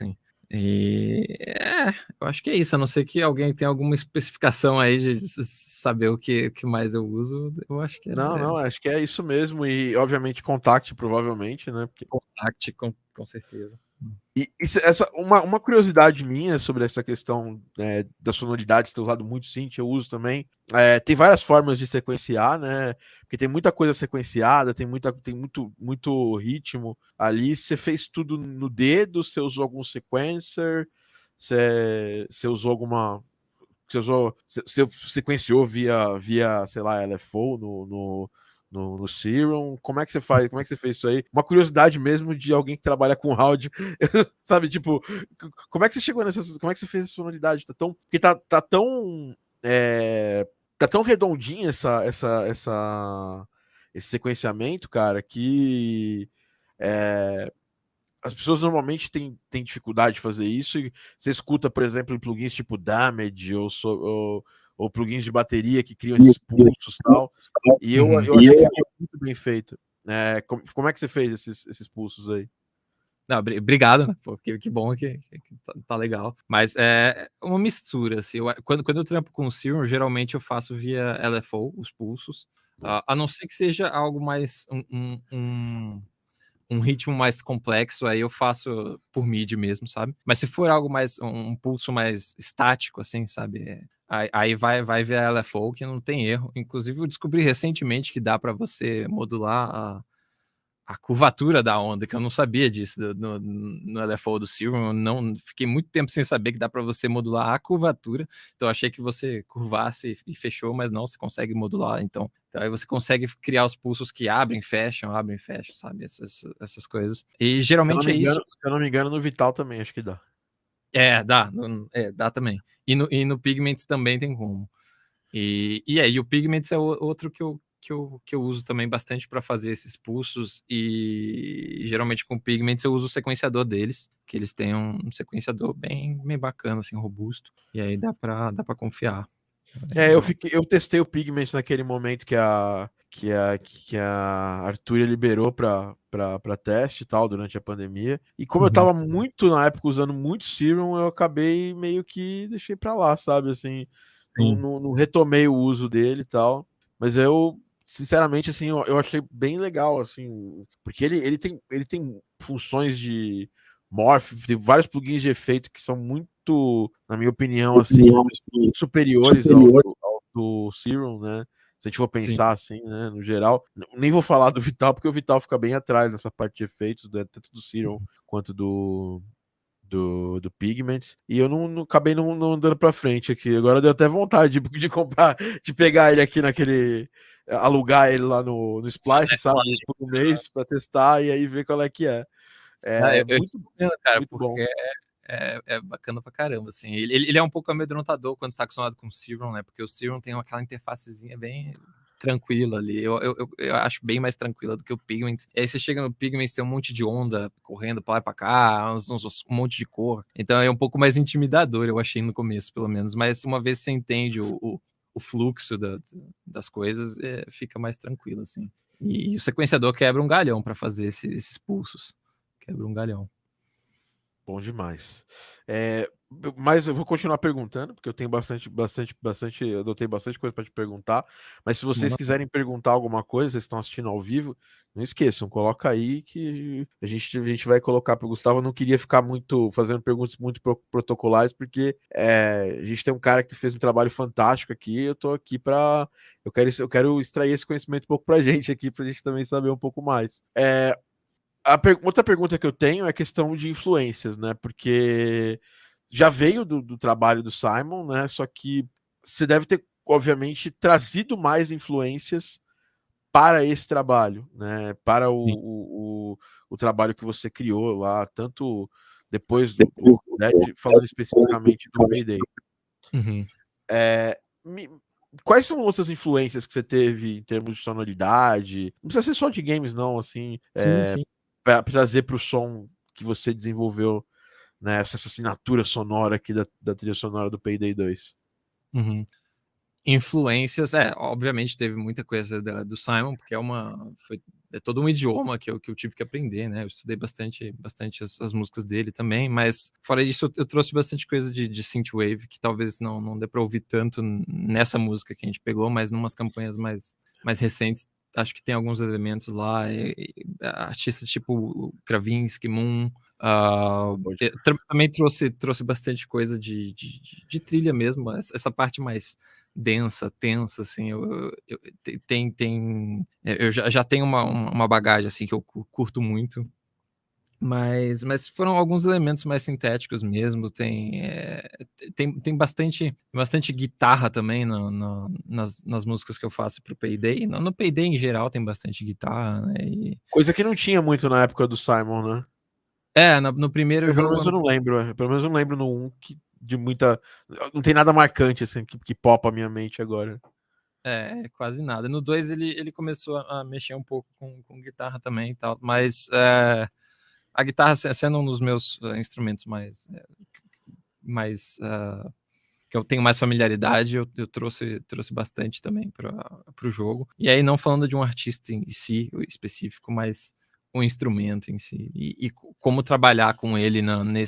E eu acho que é isso, a não ser que alguém tenha alguma especificação aí de saber o que mais eu uso, eu acho que Não, acho que é isso mesmo. E, obviamente, Contact, provavelmente, né? Porque... Contact, com certeza. E uma curiosidade minha sobre essa questão da sonoridade, ter usado muito synth, eu uso também. Tem várias formas de sequenciar, né? Porque tem muita coisa sequenciada, tem muito ritmo ali. Você fez tudo no dedo, você usou algum sequencer, você usou alguma. Você sequenciou via, sei lá, LFO no Serum. Como é que você faz? Como é que você fez isso aí? Uma curiosidade mesmo de alguém que trabalha com áudio, sabe? Tipo, como é que você chegou nessas? Como é que você fez essa sonoridade? Porque tá tão tá tão redondinho esse sequenciamento, cara, que as pessoas normalmente têm dificuldade de fazer isso. E você escuta, por exemplo, em plugins tipo Damage ou plugins de bateria que criam esses pulsos e tal. E eu achei que ficou muito bem feito. Como é que você fez esses pulsos aí? Não, obrigado, né? Pô, que bom que tá legal. Mas é uma mistura, assim. Quando eu trampo com o Serum, geralmente eu faço via LFO, os pulsos. A não ser que seja algo mais um ritmo mais complexo, aí eu faço por MIDI mesmo, sabe? Mas se for algo mais, um pulso mais estático, assim, sabe? Aí vai ver a LFO, que não tem erro. Inclusive, eu descobri recentemente que dá para você modular a curvatura da onda, que eu não sabia disso no LFO do Serum. Eu não fiquei muito tempo sem saber que dá para você modular a curvatura. Então, eu achei que você curvasse e fechou, mas não, você consegue modular. Então aí você consegue criar os pulsos que abrem, fecham, sabe? Essas coisas. E geralmente é isso. Se eu não me engano, no Vital também, acho que dá. Dá também. E no Pigments também tem como. E o Pigments é outro que eu uso também bastante para fazer esses pulsos. E geralmente com Pigments eu uso o sequenciador deles, que eles têm um sequenciador bem bacana, assim, robusto. E aí dá para confiar. Eu testei o Pigments naquele momento que a Arturia liberou para teste e tal durante a pandemia. E como eu tava muito na época usando muito Serum, eu acabei meio que deixei para lá, sabe? Assim, não retomei o uso dele e tal. Mas eu, sinceramente, assim, eu achei bem legal, assim, porque ele tem funções de morph, tem vários plugins de efeito que são muito, na minha opinião, assim, superiores ao do Serum, né? Se a gente for pensar assim, né, no geral, nem vou falar do Vital, porque o Vital fica bem atrás nessa parte de efeitos, né, tanto do Serum quanto do Pigments, e eu acabei não andando pra frente aqui. Agora deu até vontade de comprar, de pegar ele aqui alugar ele lá no Splice, sabe, por um mês pra testar e aí ver qual é que é. Eu Muito, recomendo, cara, muito bom. porque é bacana pra caramba, assim. Ele é um pouco amedrontador quando você tá acostumado com o Serum, né? Porque o Serum tem aquela interfacezinha bem tranquila ali. Eu acho bem mais tranquila do que o Pigments. E aí você chega no Pigments, tem um monte de onda correndo pra lá e pra cá, um monte de cor. Então é um pouco mais intimidador, eu achei no começo, pelo menos. Mas uma vez você entende o fluxo das coisas, fica mais tranquilo, assim. E o sequenciador quebra um galhão pra fazer esses pulsos. Quebra um galhão. Bom demais. Mas eu vou continuar perguntando, porque eu tenho eu anotei bastante coisa para te perguntar. Mas se vocês quiserem perguntar alguma coisa, vocês estão assistindo ao vivo, não esqueçam, coloca aí que a gente vai colocar para o Gustavo. Eu não queria ficar fazendo perguntas muito protocolares, porque a gente tem um cara que fez um trabalho fantástico aqui. Eu tô aqui para eu quero extrair esse conhecimento um pouco para a gente aqui, para a gente também saber um pouco mais. Outra pergunta que eu tenho é a questão de influências, né? Porque já veio do trabalho do Simon, né? Só que você deve ter, obviamente, trazido mais influências para esse trabalho, né? Para o trabalho que você criou lá, tanto depois falando especificamente do Payday. Uhum. Quais são outras influências que você teve em termos de sonoridade? Não precisa ser só de games, não, assim. Sim. Para trazer para o som que você desenvolveu, né, essa assinatura sonora aqui da trilha sonora do Payday 2. Uhum. Influências, obviamente teve muita coisa do Simon, porque todo um idioma que eu tive que aprender, né? Eu estudei bastante as músicas dele também, mas fora disso eu trouxe bastante coisa de synthwave, que talvez não dê pra ouvir tanto nessa música que a gente pegou, mas numas campanhas mais recentes, acho que tem alguns elementos lá, artistas tipo Kravinsky, Moon, também trouxe bastante coisa de trilha mesmo, essa parte mais densa, tensa, assim, eu já tenho uma bagagem, assim, que eu curto muito, mas foram alguns elementos mais sintéticos mesmo, tem bastante guitarra também nas músicas que eu faço pro Payday, no Payday em geral tem bastante guitarra, né, Coisa que não tinha muito na época do Simon, né? No primeiro jogo... Pelo menos eu não lembro, pelo menos eu não lembro no 1 de muita... Não tem nada marcante, assim, que popa a minha mente agora. Quase nada. No 2 ele começou a mexer um pouco com guitarra também e tal, mas a guitarra sendo um dos meus instrumentos mais que eu tenho mais familiaridade, eu trouxe bastante também para o jogo. E aí, não falando de um artista em si, específico, mas o instrumento em si. E como trabalhar com ele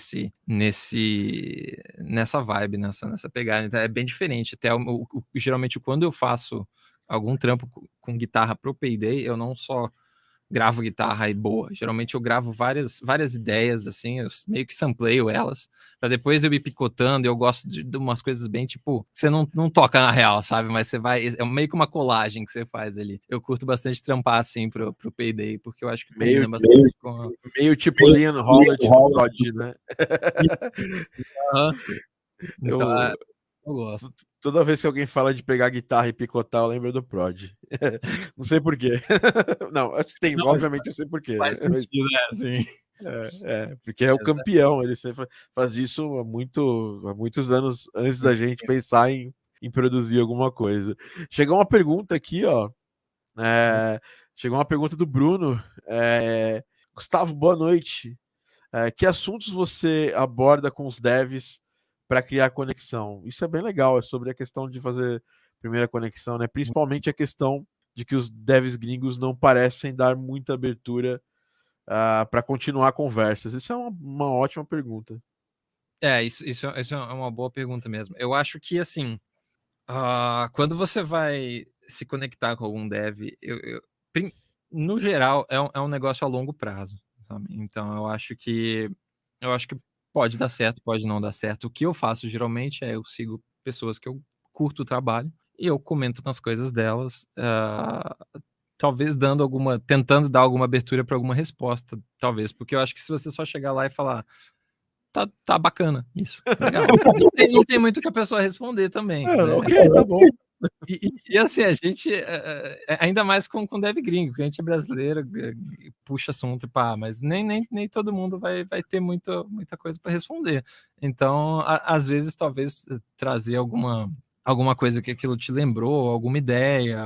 nessa vibe, nessa pegada. Então, é bem diferente. Até geralmente, quando eu faço algum trampo com guitarra pro Payday, eu não só gravo guitarra e boa. Geralmente eu gravo várias ideias, assim, eu meio que sampleio elas, pra depois eu ir picotando, e eu gosto de umas coisas bem, tipo, que você não toca na real, sabe? Mas você vai, é meio que uma colagem que você faz ali. Eu curto bastante trampar, assim, pro Payday, porque eu acho que combina bastante com... Meio tipo Liam Howlett do Prodigy, né? Então, eu gosto. Toda vez que alguém fala de pegar guitarra e picotar, eu lembro do Prod. Não sei porquê. Não, acho que tem, obviamente eu sei porquê. Faz sentido, né? Assim. Porque é o campeão, ele sempre faz isso há muitos anos antes da gente pensar em produzir alguma coisa. Chegou uma pergunta aqui, ó. Chegou uma pergunta do Bruno. Gustavo, boa noite. Que assuntos você aborda com os devs para criar conexão? Isso é bem legal, é sobre a questão de fazer primeira conexão, né? Principalmente a questão de que os devs gringos não parecem dar muita abertura para continuar conversas. Isso é uma ótima pergunta. Isso é uma boa pergunta mesmo. Eu acho que, assim, quando você vai se conectar com algum dev, no geral, é um negócio a longo prazo, sabe? Então, eu acho que pode dar certo, pode não dar certo. O que eu faço, geralmente, eu sigo pessoas que eu curto o trabalho e eu comento nas coisas delas, talvez tentando dar alguma abertura para alguma resposta, talvez, porque eu acho que se você só chegar lá e falar tá bacana, isso, legal. Não tem muito que a pessoa responder também. Né? Ok, tá bom. E assim, a gente, ainda mais com dev gringo, que a gente é brasileiro, puxa assunto e pá, mas nem todo mundo vai ter muita coisa para responder. Então, às vezes, talvez trazer alguma coisa que aquilo te lembrou, alguma ideia,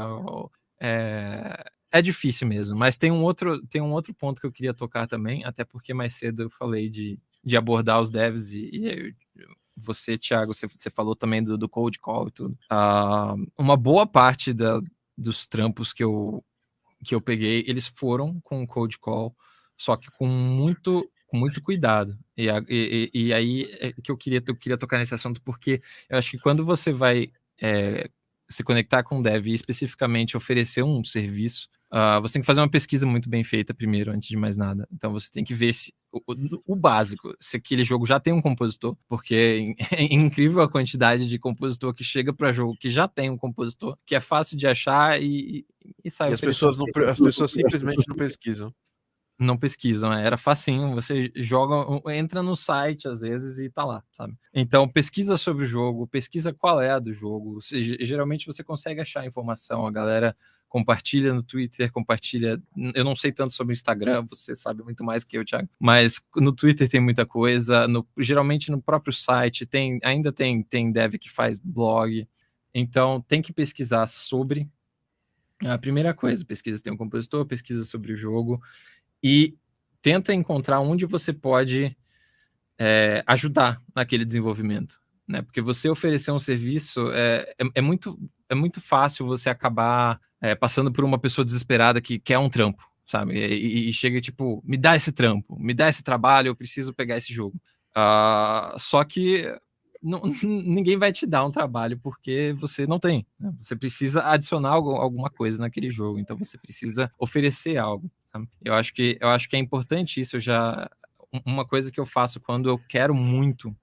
é difícil mesmo. Mas tem um outro ponto que eu queria tocar também, até porque mais cedo eu falei de abordar os devs e você, Thiago, você falou também do Cold Call e tudo. Uma boa parte dos trampos que eu peguei, eles foram com Cold Call, só que com muito cuidado. E aí é que eu queria tocar nesse assunto, porque eu acho que quando você vai se conectar com o dev e especificamente oferecer um serviço, você tem que fazer uma pesquisa muito bem feita primeiro, antes de mais nada. Então você tem que ver se o básico, se aquele jogo já tem um compositor, porque é incrível a quantidade de compositor que chega para jogo que já tem um compositor, que é fácil de achar e sai. E as pessoas simplesmente não pesquisam. Não pesquisam, era facinho, você entra no site às vezes e tá lá, sabe? Então pesquisa sobre o jogo, pesquisa qual é a do jogo, geralmente você consegue achar informação, a galera compartilha no Twitter, eu não sei tanto sobre o Instagram, você sabe muito mais que eu, Thiago, mas no Twitter tem muita coisa, geralmente no próprio site ainda tem dev que faz blog, então tem que pesquisar sobre. A primeira coisa, pesquisa se tem um compositor, pesquisa sobre o jogo, e tenta encontrar onde você pode ajudar naquele desenvolvimento, né? Porque você oferecer um serviço é muito fácil você acabar passando por uma pessoa desesperada que quer um trampo, sabe? E chega tipo, me dá esse trampo, me dá esse trabalho, eu preciso pegar esse jogo. Só que ninguém vai te dar um trabalho porque você não tem, né? Você precisa adicionar alguma coisa naquele jogo, então você precisa oferecer algo, sabe? Eu acho que é importante isso. Uma coisa que eu faço quando eu quero muito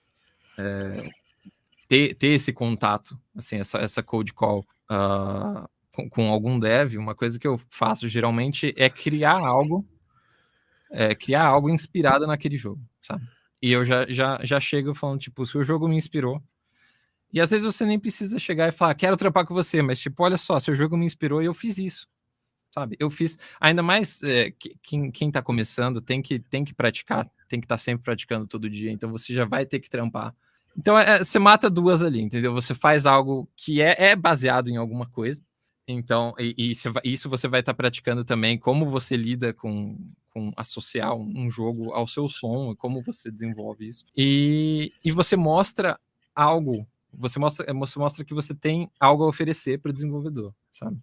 ter esse contato, assim, essa cold call com algum dev, uma coisa que eu faço geralmente é criar algo inspirado naquele jogo, sabe? E eu já chego falando, tipo, se o jogo me inspirou. E às vezes você nem precisa chegar e falar, quero trampar com você, mas tipo, olha só, seu jogo me inspirou e eu fiz isso, sabe? Eu fiz, ainda mais quem tá começando tem que praticar, tem que estar sempre praticando todo dia, então você já vai ter que trampar. Então você mata duas ali, entendeu? Você faz algo que é baseado em alguma coisa, então, isso você vai estar praticando também, como você lida com associar um jogo ao seu som, como você desenvolve isso. E você mostra algo, você mostra que você tem algo a oferecer para o desenvolvedor, sabe?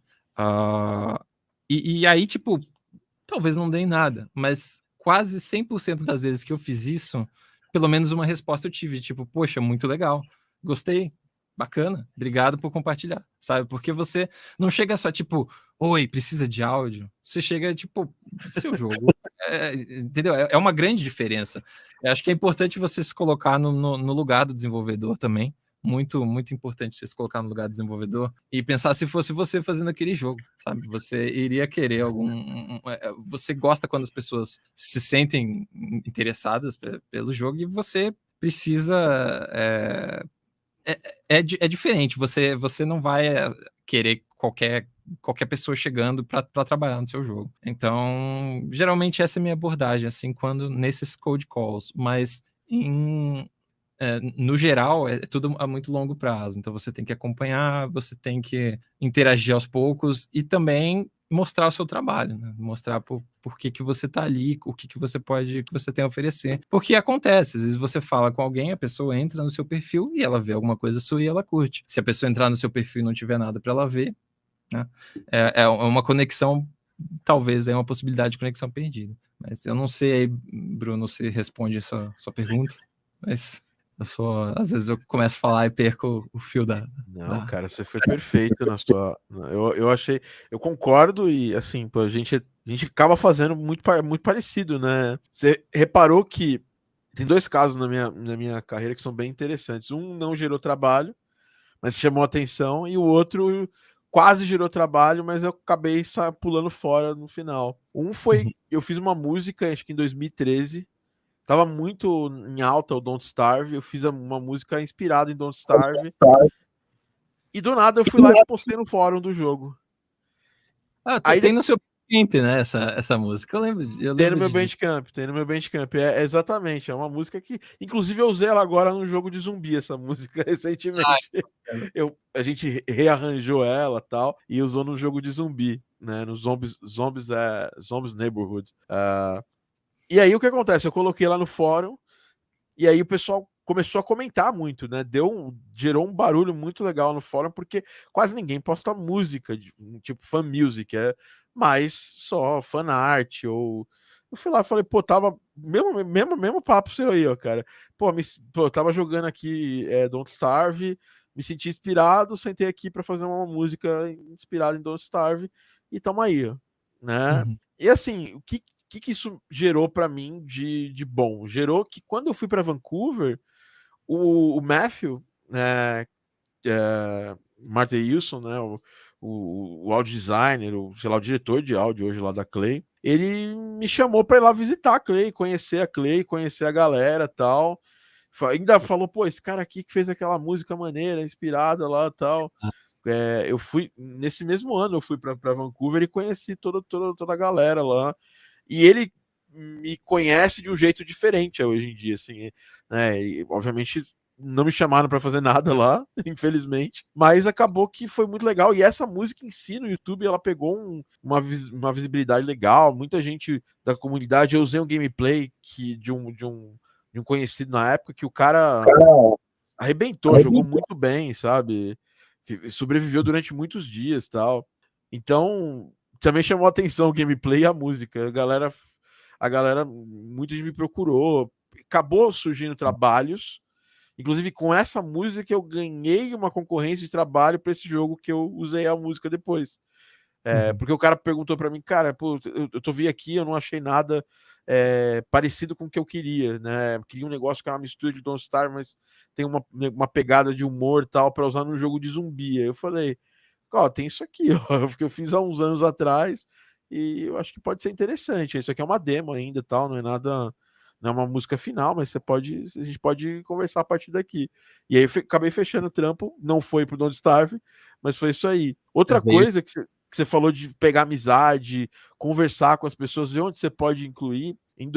E aí, tipo, talvez não dê em nada, mas quase 100% das vezes que eu fiz isso, pelo menos uma resposta eu tive, tipo, poxa, muito legal, gostei, bacana, obrigado por compartilhar, sabe? Porque você não chega só, tipo, oi, precisa de áudio? Você chega, tipo, seu jogo, entendeu? É uma grande diferença. Eu acho que é importante você se colocar no lugar do desenvolvedor também, muito, muito importante você se colocar no lugar do desenvolvedor e pensar se fosse você fazendo aquele jogo, sabe? Você iria querer você gosta quando as pessoas se sentem interessadas pelo jogo e você precisa... É diferente, você não vai querer qualquer pessoa chegando para trabalhar no seu jogo. Então, geralmente essa é a minha abordagem, assim, quando nesses cold calls, mas no geral, é tudo a muito longo prazo. Então, você tem que acompanhar, você tem que interagir aos poucos e também mostrar o seu trabalho, né? Mostrar por que você está ali, o que você tem a oferecer. Porque acontece, às vezes você fala com alguém, a pessoa entra no seu perfil e ela vê alguma coisa sua e ela curte. Se a pessoa entrar no seu perfil e não tiver nada para ela ver, né? É uma conexão, talvez é uma possibilidade de conexão perdida. Mas eu não sei aí, Bruno, se responde a sua pergunta, mas... às vezes eu começo a falar e perco o fio Não, cara, você foi perfeito na sua. Eu achei. Eu concordo e, assim, pô, a gente acaba fazendo muito parecido, né? Você reparou que tem dois casos na minha carreira que são bem interessantes. Um não gerou trabalho, mas chamou atenção, e o outro quase gerou trabalho, mas eu acabei pulando fora no final. Um foi. Eu fiz uma música, acho que em 2013. Tava muito em alta o Don't Starve. Eu fiz uma música inspirada em Don't Starve. E do nada eu fui lá e postei no fórum do jogo. Aí tem no seu Bandcamp, né? Essa música. Eu lembro tem no meu Bandcamp, tem no meu Bandcamp. Exatamente, é uma música que. Inclusive, eu usei ela agora num jogo de zumbi, essa música, recentemente. A gente rearranjou ela tal, e usou num jogo de zumbi, né? No Zombies Neighborhood. E aí o que acontece? Eu coloquei lá no fórum, e aí o pessoal começou a comentar muito, né? Gerou um barulho muito legal no fórum, porque quase ninguém posta música, tipo fan music, mais só fan art, ou... Eu fui lá e falei, pô, tava... Mesmo papo seu aí, ó, cara. Pô, eu tava jogando aqui Don't Starve, me senti inspirado, sentei aqui para fazer uma música inspirada em Don't Starve, e tamo aí, ó, né? E assim, o que isso gerou para mim de bom? Gerou que quando eu fui para Vancouver, o Matthew, Martin Wilson, né, o audio designer, sei lá, o diretor de áudio hoje lá da Clay, ele me chamou para ir lá visitar a Clay, conhecer a galera tal. Ainda falou, pô, esse cara aqui que fez aquela música maneira, inspirada lá tal. Eu fui, nesse mesmo ano, eu fui para Vancouver e conheci toda a galera lá. E ele me conhece de um jeito diferente hoje em dia, assim, né? E, obviamente não me chamaram para fazer nada lá, infelizmente, mas acabou que foi muito legal. E essa música em si no YouTube, ela pegou uma visibilidade legal. Muita gente da comunidade. Eu usei um gameplay de um conhecido na época que o cara arrebentou, jogou muito bem, sabe? Sobreviveu durante muitos dias, tal. Então também chamou a atenção o gameplay e a música. A galera, muita gente me procurou. Acabou surgindo trabalhos. Inclusive, com essa música, eu ganhei uma concorrência de trabalho para esse jogo que eu usei a música depois. Porque o cara perguntou para mim, cara, pô, eu tô vi aqui, eu não achei nada parecido com o que eu queria, né? Queria um negócio que era uma mistura de Don't Starve, mas tem uma pegada de humor e tal para usar num jogo de zumbi. Aí eu falei, ó, tem isso aqui, ó, porque eu fiz há uns anos atrás e eu acho que pode ser interessante. Isso aqui é uma demo ainda, tal, não é nada, não é uma música final, mas a gente pode conversar a partir daqui. E aí acabei fechando o trampo, não foi pro Don't Starve, mas foi isso aí. Outra Veio. coisa que você falou de pegar amizade, conversar com as pessoas, ver onde você pode incluir. Em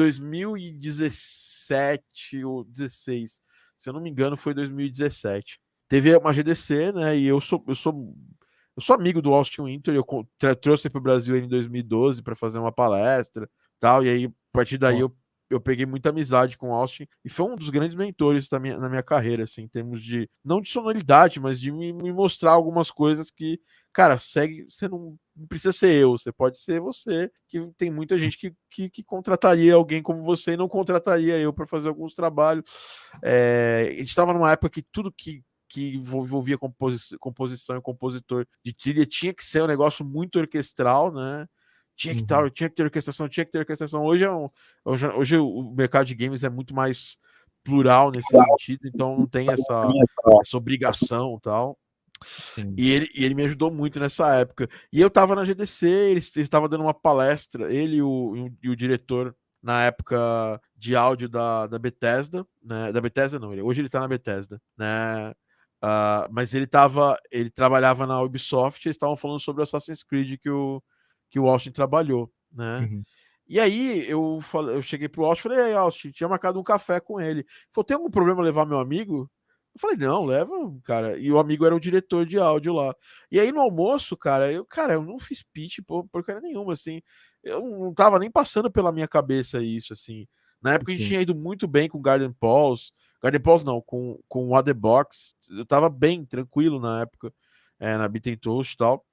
2017 ou 16, se eu não me engano, foi 2017. Teve uma GDC, né? E eu sou amigo do Austin Winter, eu trouxe para o Brasil em 2012 para fazer uma palestra, tal, e aí a partir daí eu peguei muita amizade com o Austin e foi um dos grandes mentores na minha carreira, assim, em termos de, não de sonoridade, mas de me mostrar algumas coisas que, cara, você não precisa ser eu, você pode ser você, que tem muita gente que contrataria alguém como você e não contrataria eu para fazer alguns trabalhos. A gente estava numa época que tudo que envolvia composição e compositor de trilha tinha que ser um negócio muito orquestral, né? Tinha que ter orquestração, tinha que ter orquestração. Hoje o mercado de games é muito mais plural nesse sentido, então não tem essa obrigação e tal. Sim. E ele me ajudou muito nessa época. E eu tava na GDC, ele estava dando uma palestra, ele e o diretor na época de áudio da Bethesda, né? Da Bethesda não, hoje ele tá na Bethesda, né? Mas ele trabalhava na Ubisoft e eles estavam falando sobre o Assassin's Creed que o Austin trabalhou, né? E aí eu cheguei pro Austin e falei, aí, Austin, tinha marcado um café com ele. Ele falou, tem algum problema levar meu amigo? Eu falei, não, leva, cara. E o amigo era o diretor de áudio lá. E aí no almoço, cara, eu não fiz pitch porcaria nenhuma, assim. Eu não tava nem passando pela minha cabeça isso, assim. Na época a gente Sim. tinha ido muito bem com Garden Pulse. Garden Pulse não, com o The Box. Eu tava bem, tranquilo na época, na Beat Toast e tal.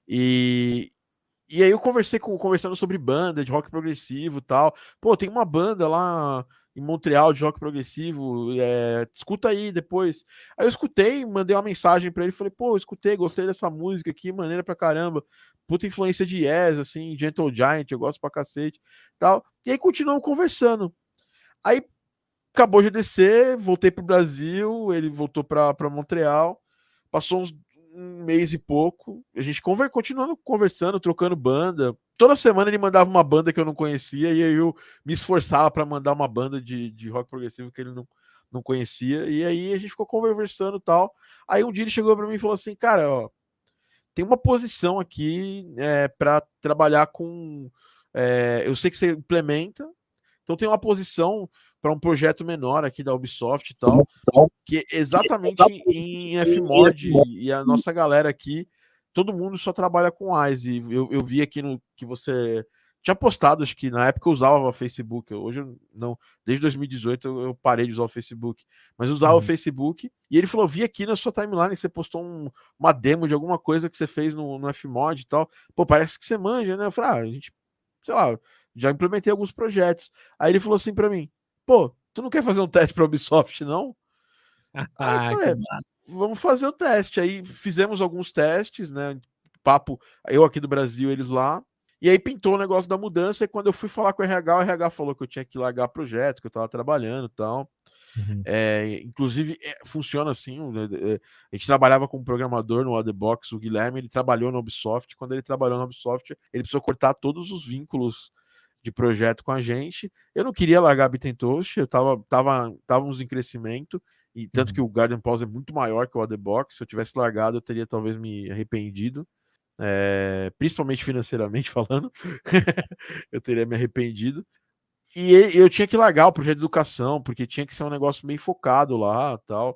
E aí eu conversando sobre banda de rock progressivo e tal. Pô, tem uma banda lá em Montreal de rock progressivo, escuta aí depois. Aí eu escutei, mandei uma mensagem pra ele, falei, pô, escutei, gostei dessa música aqui, maneira pra caramba. Puta influência de Yes, assim, Gentle Giant, eu gosto pra cacete, tal. E aí continuamos conversando. Aí acabou de descer, voltei pro Brasil, ele voltou pra Montreal, passou um mês e pouco, a gente continuando conversando, trocando banda. Toda semana ele mandava uma banda que eu não conhecia e aí eu me esforçava para mandar uma banda de rock progressivo que ele não conhecia. E aí a gente ficou conversando e tal. Aí um dia ele chegou para mim e falou assim: Cara, ó, tem uma posição aqui para trabalhar com. Eu sei que você implementa, então tem uma posição para um projeto menor aqui da Ubisoft e tal, que é exatamente em Fmod e a nossa galera aqui, todo mundo só trabalha com AIS. E eu vi aqui que você tinha postado, acho que na época eu usava o Facebook, hoje eu não, desde 2018 eu parei de usar o Facebook, mas usava o Facebook, e ele falou, vi aqui na sua timeline, você postou uma demo de alguma coisa que você fez no Fmod e tal, pô, parece que você manja, né? Eu falei, a gente, sei lá, já implementei alguns projetos. Aí ele falou assim para mim, pô, tu não quer fazer um teste para Ubisoft, não? Aí eu Que falei, massa. vamos fazer o teste. Aí fizemos alguns testes, né? Papo, eu aqui do Brasil, eles lá. E aí pintou o negócio da mudança. E quando eu fui falar com o RH falou que eu tinha que largar projetos, que eu tava trabalhando e tal. Inclusive, funciona assim. A gente trabalhava com um programador no Otherbox, o Guilherme, ele trabalhou na Ubisoft. Quando ele trabalhou na Ubisoft, ele precisou cortar todos os vínculos de projeto com a gente. Eu não queria largar a Bit Toast, estávamos em crescimento, e tanto que o Garden Pause é muito maior que o Otherbox. Se eu tivesse largado, eu teria talvez me arrependido. Principalmente financeiramente falando, eu teria me arrependido. E eu tinha que largar o projeto de educação, porque tinha que ser um negócio meio focado lá tal.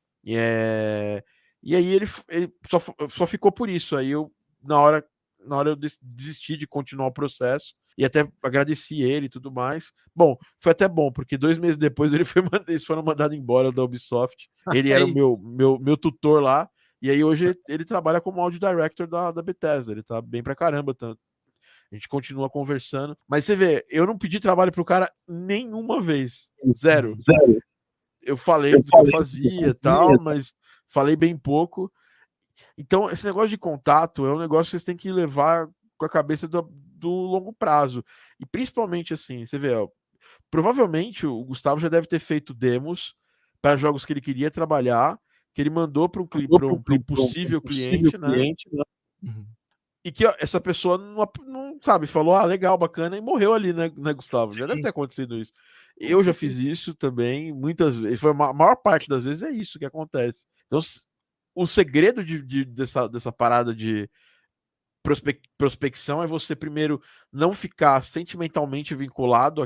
E aí ele só ficou por isso. Aí na hora eu desisti de continuar o processo e até agradeci ele e tudo mais. Bom, foi até bom, porque 2 meses depois eles foram mandados embora da Ubisoft. Ele era o meu tutor lá, e aí hoje ele trabalha como audio director da Bethesda. Ele tá bem pra caramba, tanto. A gente continua conversando. Mas você vê, eu não pedi trabalho pro cara nenhuma vez. Zero. Eu falei do que eu fazia e tal, mas falei bem pouco. Então, esse negócio de contato é um negócio que vocês têm que levar com a cabeça do longo prazo. E principalmente assim, você vê, ó, provavelmente o Gustavo já deve ter feito demos para jogos que ele queria trabalhar, que ele mandou para um possível cliente, né? Uhum. E que ó, essa pessoa não sabe, falou, ah, legal, bacana, e morreu ali, né, Gustavo? Já deve Sim, ter acontecido isso. Eu já fiz isso também, muitas vezes. Foi a maior parte das vezes é isso que acontece. Então, o segredo dessa parada de prospecção é você, primeiro, não ficar sentimentalmente vinculado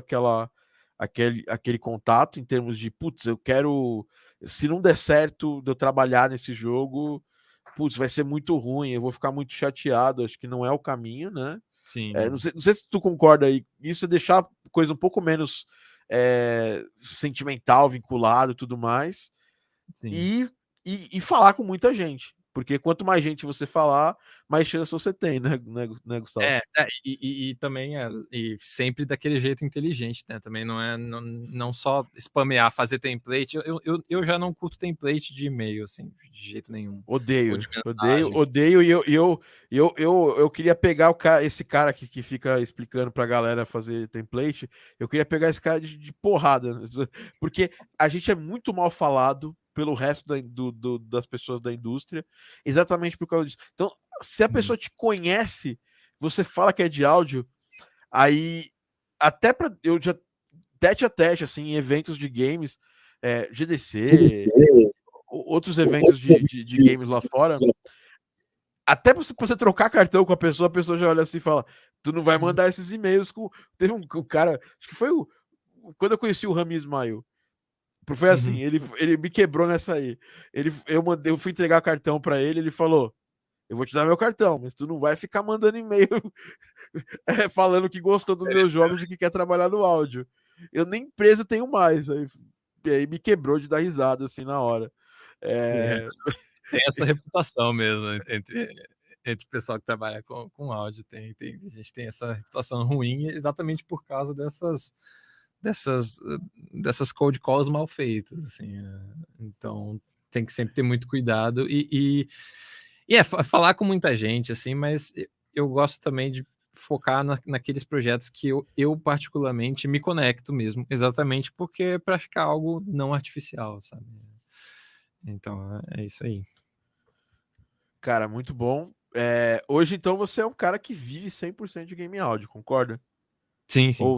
àquele contato, em termos de, putz, eu quero. Se não der certo de eu trabalhar nesse jogo, putz, vai ser muito ruim, eu vou ficar muito chateado, acho que não é o caminho, né? sim. Não sei se tu concorda aí, isso é deixar a coisa um pouco menos sentimental, vinculado e tudo mais, Sim. e falar com muita gente, porque quanto mais gente você falar, mais chance você tem, né, Gustavo? E também e sempre daquele jeito inteligente, né? Também não só spamear, fazer template. Eu já não curto template de e-mail, assim, de jeito nenhum. Ou de mensagem. Odeio, eu queria pegar esse cara que fica explicando pra galera fazer template, eu queria pegar esse cara de porrada, porque a gente é muito mal falado pelo resto das pessoas da indústria, exatamente por causa disso. Então, se a pessoa te conhece, você fala que é de áudio, aí até para eu já tete a tete, assim, em eventos de games, GDC, outros eventos de games lá fora, até pra você trocar cartão com a pessoa já olha assim e fala: tu não vai mandar esses e-mails com. Teve um cara, acho que foi quando eu conheci o Rami Ismail. Foi assim, ele me quebrou nessa aí. Eu fui entregar cartão para ele falou: eu vou te dar meu cartão, mas tu não vai ficar mandando e-mail falando que gostou dos meus jogos e que quer trabalhar no áudio. Eu nem empresa tenho mais. Aí me quebrou de dar risada assim na hora. Tem essa reputação mesmo entre o pessoal que trabalha com áudio. A gente tem essa reputação ruim exatamente por causa dessas cold calls mal feitas, assim. Então tem que sempre ter muito cuidado falar com muita gente, assim, mas eu gosto também de focar naqueles projetos que eu particularmente me conecto mesmo, exatamente porque é para ficar algo não artificial, sabe? Então é isso aí. Cara, muito bom. Hoje, então, você é um cara que vive 100% de game áudio, concorda? Sim. Ou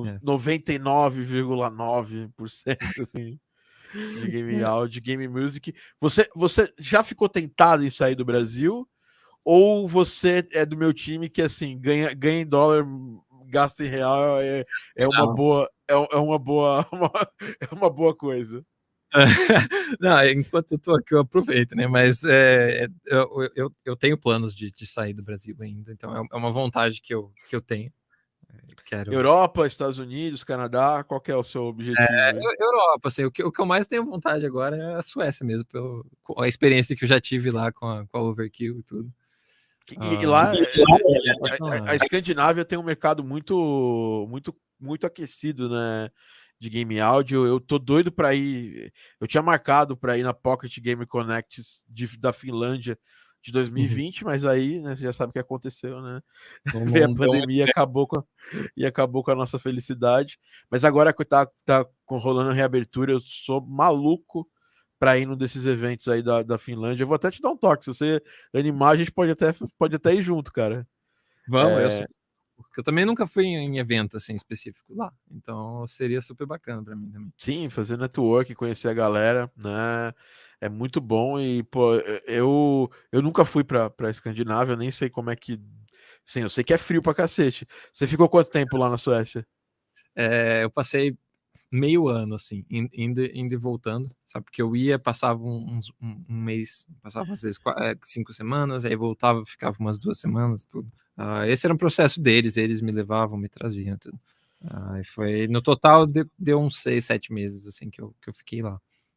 99,9% assim, de game áudio, game music. Você já ficou tentado em sair do Brasil? Ou você é do meu time que, assim, ganha em dólar, gasta em real, é uma boa, é uma boa, é uma boa coisa? Não, enquanto eu tô aqui, eu aproveito, né? Mas eu tenho planos de sair do Brasil ainda, então é uma vontade que eu tenho. Quero... Europa, Estados Unidos, Canadá, qual que é o seu objetivo? Europa, assim, o que eu mais tenho vontade agora é a Suécia mesmo, a experiência que eu já tive lá com a Overkill e tudo. E lá, a Escandinávia tem um mercado muito aquecido, né? De game áudio. Eu tô doido para ir. Eu tinha marcado para ir na Pocket Game Connect da Finlândia de 2020, mas aí, né, você já sabe o que aconteceu, né? Veio a pandemia e acabou com a nossa felicidade. Mas agora que tá rolando a reabertura, eu sou maluco para ir num desses eventos aí da Finlândia. Eu vou até te dar um toque. Se você animar, a gente pode até ir junto, cara. Vamos, porque eu também nunca fui em evento assim específico lá, então seria super bacana para mim também. Sim, fazer network, conhecer a galera, né? É muito bom e, pô, eu nunca fui pra Escandinávia, nem sei como é que. Sim, eu sei que é frio pra cacete. Você ficou quanto tempo lá na Suécia? Eu passei meio ano, assim, indo e voltando, sabe? Porque eu ia, passava um mês, passava às vezes 5 semanas, aí voltava, ficava umas 2 semanas, tudo. Esse era um processo deles, eles me levavam, me traziam, tudo. E foi, no total, deu uns 6, 7 meses, assim, que eu fiquei lá.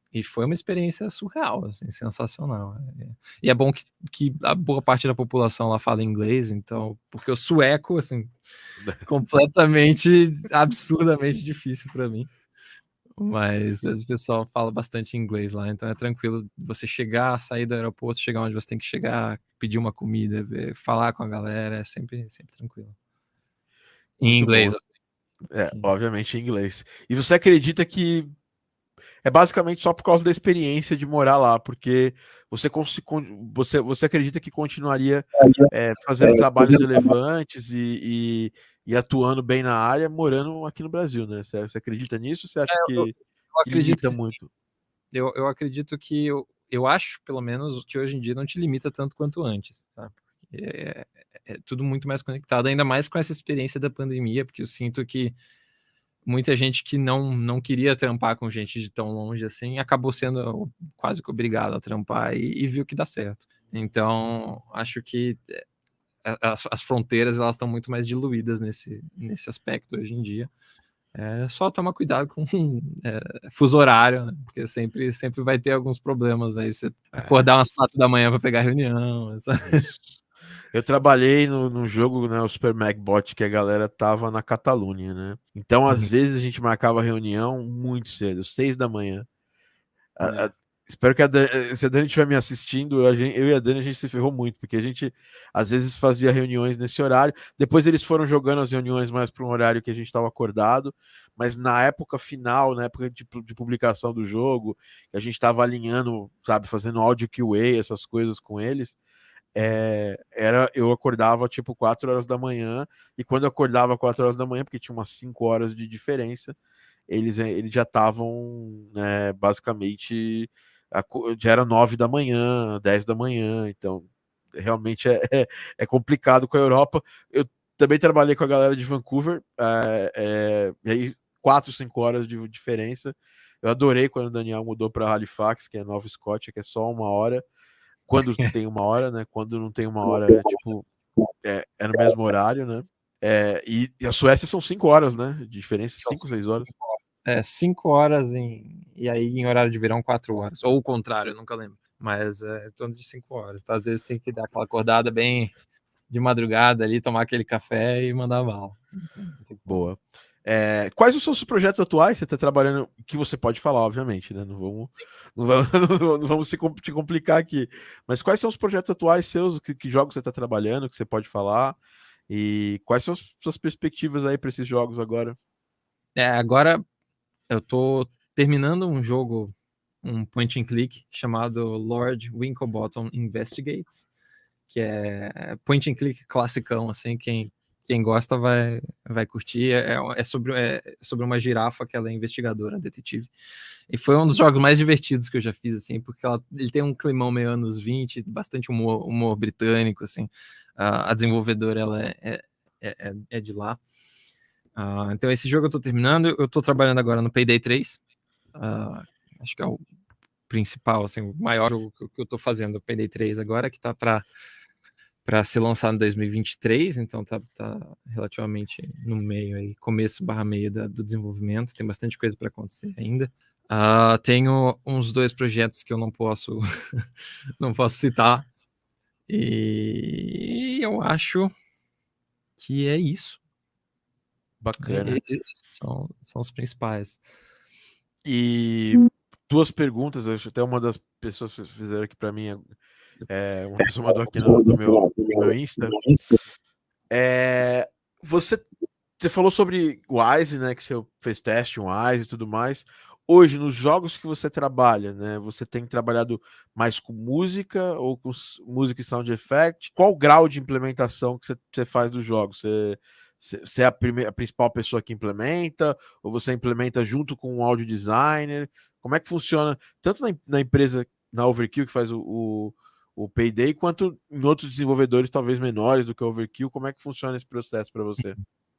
E foi uma experiência surreal, assim, sensacional. E é bom que a boa parte da população lá fala inglês, então, porque o sueco, assim, completamente, absurdamente difícil para mim. Mas o pessoal fala bastante inglês lá, então é tranquilo você chegar, sair do aeroporto, chegar onde você tem que chegar, pedir uma comida, falar com a galera, é sempre tranquilo. Em Muito inglês. bom. Obviamente em inglês. E você acredita que é basicamente só por causa da experiência de morar lá, porque você acredita que continuaria fazendo trabalhos relevantes e atuando bem na área, morando aqui no Brasil, né? Você acredita nisso ou você acha Eu que acredito limita que sim. muito? Eu acredito que eu acho, pelo menos, que hoje em dia não te limita tanto quanto antes, tá? Porque é tudo muito mais conectado, ainda mais com essa experiência da pandemia, porque eu sinto que muita gente que não queria trampar com gente de tão longe assim, acabou sendo quase que obrigado a trampar e viu que dá certo. Então, acho que as fronteiras elas estão muito mais diluídas nesse aspecto hoje em dia. É só tomar cuidado com fuso horário, né? Porque sempre vai ter alguns problemas aí. Você acordar umas 4 da manhã para pegar reunião. Eu trabalhei no jogo, né, o Super Magbot, que a galera tava na Catalunha, né? Então, às vezes, a gente marcava reunião muito cedo, 6 da manhã. Espero que se a Dani estiver me assistindo, eu e a Dani a gente se ferrou muito, porque a gente às vezes fazia reuniões nesse horário. Depois eles foram jogando as reuniões mais para um horário que a gente estava acordado, mas na época final, na época de publicação do jogo, que a gente estava alinhando, sabe, fazendo áudio QA, essas coisas com eles. Eu acordava tipo 4 horas da manhã, e quando eu acordava 4 horas da manhã, porque tinha umas 5 horas de diferença, eles já estavam, né, basicamente, já era 9 da manhã, 10 da manhã, então realmente é complicado com a Europa. Eu também trabalhei com a galera de Vancouver, e aí 4, 5 horas de diferença. Eu adorei quando o Daniel mudou para Halifax, que é Nova Escócia, que é só 1 hora. Quando tem 1 hora, né? Quando não tem 1 hora, tipo, é no mesmo horário, né? E a Suécia são 5 horas, né? De diferença, 5, 6 horas. 5 horas e aí em horário de verão 4 horas. Ou o contrário, eu nunca lembro. Mas é em torno de 5 horas. Então, às vezes tem que dar aquela acordada bem de madrugada ali, tomar aquele café e mandar bala. Boa. Quais os seus projetos atuais? Você está trabalhando, que você pode falar, obviamente, né? Não vamos te complicar aqui. Mas quais são os projetos atuais seus? Que jogos você está trabalhando, que você pode falar? E quais são as suas perspectivas aí para esses jogos agora? Agora eu tô terminando um jogo, um point and click chamado Lord Winklebottom Investigates, que é point and click classicão, assim, quem gosta vai curtir. É sobre uma girafa que ela é investigadora, detetive. E foi um dos jogos mais divertidos que eu já fiz, assim, porque ele tem um climão meio anos 20, bastante humor britânico, assim. A desenvolvedora, ela é de lá. Então esse jogo eu tô terminando, eu tô trabalhando agora no Payday 3. Acho que é o principal, assim, o maior jogo que eu tô fazendo, o Payday 3 agora, que tá para ser lançado em 2023, então tá relativamente no meio aí, começo/meio do desenvolvimento, tem bastante coisa para acontecer ainda. Tenho uns 2 projetos que eu não posso não posso citar, e eu acho que é isso. Bacana. São os principais. E 2 perguntas, até uma das pessoas que fizeram aqui para mim, uma pessoa mandou aqui no meu Insta. Você falou sobre o Wise, né? Que você fez teste, um Wise e tudo mais. Hoje, nos jogos que você trabalha, né? Você tem trabalhado mais com música ou com música e sound effect? Qual o grau de implementação que você faz dos jogos? Você é a principal pessoa que implementa? Ou você implementa junto com um audio designer? Como é que funciona, tanto na empresa, na Overkill, que faz o Payday, quanto em outros desenvolvedores, talvez menores do que o Overkill? Como é que funciona esse processo para você?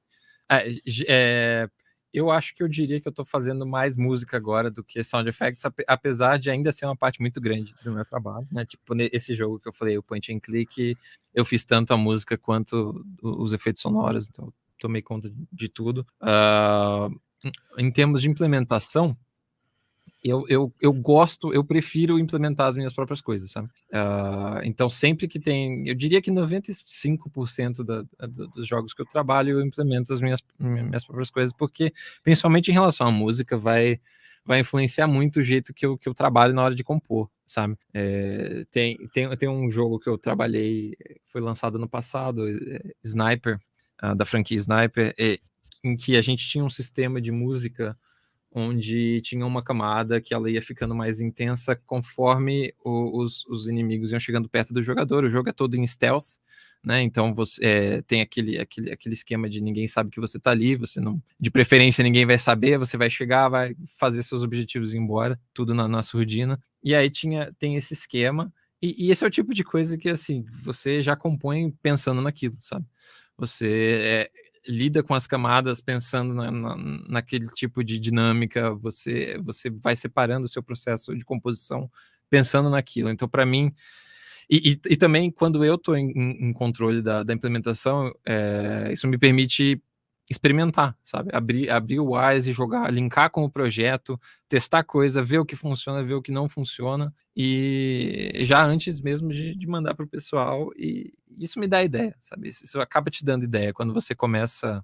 Eu acho que eu diria que eu tô fazendo mais música agora do que sound effects, apesar de ainda ser uma parte muito grande do meu trabalho, né? Tipo, nesse jogo que eu falei, o point and click, eu fiz tanto a música quanto os efeitos sonoros, então eu tomei conta de tudo. Em termos de implementação, eu prefiro implementar as minhas próprias coisas, sabe? Então, sempre que tem, eu diria que 95% dos jogos que eu trabalho, eu implemento as minhas próprias coisas, porque, principalmente em relação à música, vai influenciar muito o jeito que eu trabalho na hora de compor, sabe? Tem um jogo que eu trabalhei, foi lançado no passado, Sniper, da franquia Sniper, em que a gente tinha um sistema de música onde tinha uma camada que ela ia ficando mais intensa conforme os inimigos iam chegando perto do jogador. O jogo é todo em stealth, né? Então você tem aquele esquema de ninguém sabe que você tá ali, você não, de preferência ninguém vai saber, você vai chegar, vai fazer seus objetivos e ir embora, tudo na surdina. E aí tem esse esquema, e esse é o tipo de coisa que, assim, você já compõe pensando naquilo, sabe? Você lida com as camadas pensando naquele tipo de dinâmica, você vai separando o seu processo de composição pensando naquilo. Então, para mim, e também quando eu estou em controle da implementação, isso me permite experimentar, sabe? Abrir o Wise, jogar, linkar com o projeto, testar coisa, ver o que funciona, ver o que não funciona, e já antes mesmo de mandar para o pessoal, e isso me dá ideia, sabe? Isso acaba te dando ideia quando você começa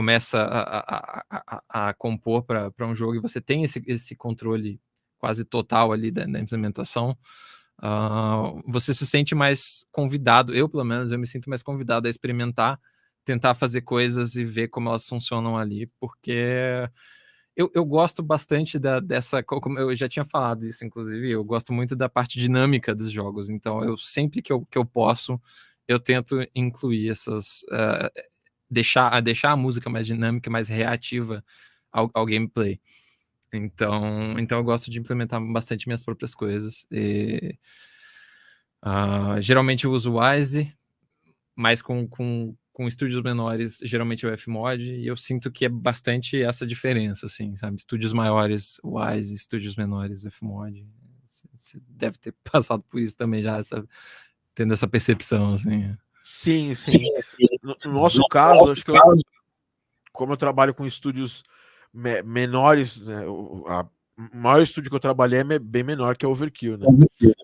a compor para um jogo e você tem esse controle quase total ali da implementação. Você se sente mais convidado, eu pelo menos, eu me sinto mais convidado a experimentar, tentar fazer coisas e ver como elas funcionam ali, porque eu gosto bastante dessa, como eu já tinha falado isso, inclusive, eu gosto muito da parte dinâmica dos jogos, então eu sempre que eu posso, eu tento incluir essas, deixar a música mais dinâmica, mais reativa ao gameplay. Então eu gosto de implementar bastante minhas próprias coisas. Geralmente eu uso o Wise, mas com estúdios menores, geralmente é o Fmod, e eu sinto que é bastante essa diferença, assim, sabe? Estúdios maiores, o Wise, estúdios menores, o Fmod. Você deve ter passado por isso também já, tendo essa percepção, assim. Sim, sim. No nosso caso, acho que como eu trabalho com estúdios menores, né, o maior estúdio que eu trabalhei é bem menor que a Overkill, né?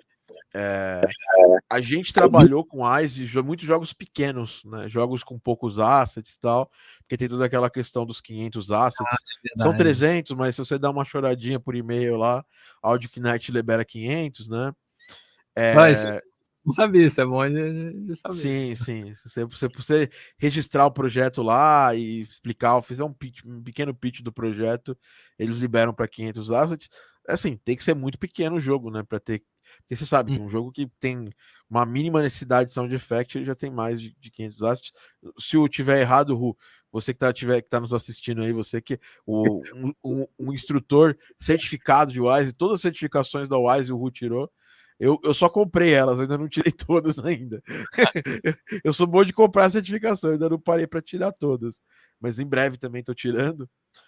A gente trabalhou com Wise muitos jogos pequenos, né? Jogos com poucos assets e tal, porque tem toda aquela questão dos 500 assets. São 300, mas se você dá uma choradinha por e-mail lá, AudioKnight libera 500, né? Não sabia, isso é bom de saber. Sim. Se você registrar o projeto lá e explicar, fizer um pequeno pitch do projeto, eles liberam para 500 assets. Assim, tem que ser muito pequeno o jogo, né? Para ter. Porque você sabe que um jogo que tem uma mínima necessidade de sound effect, ele já tem mais de 500 assets. Se eu tiver errado, Ru, você que tá nos assistindo aí, você que um instrutor certificado de Wise, todas as certificações da Wise o Ru tirou. Eu só comprei elas, ainda não tirei todas ainda. Eu sou bom de comprar certificação, ainda não parei para tirar todas. Mas em breve também estou tirando.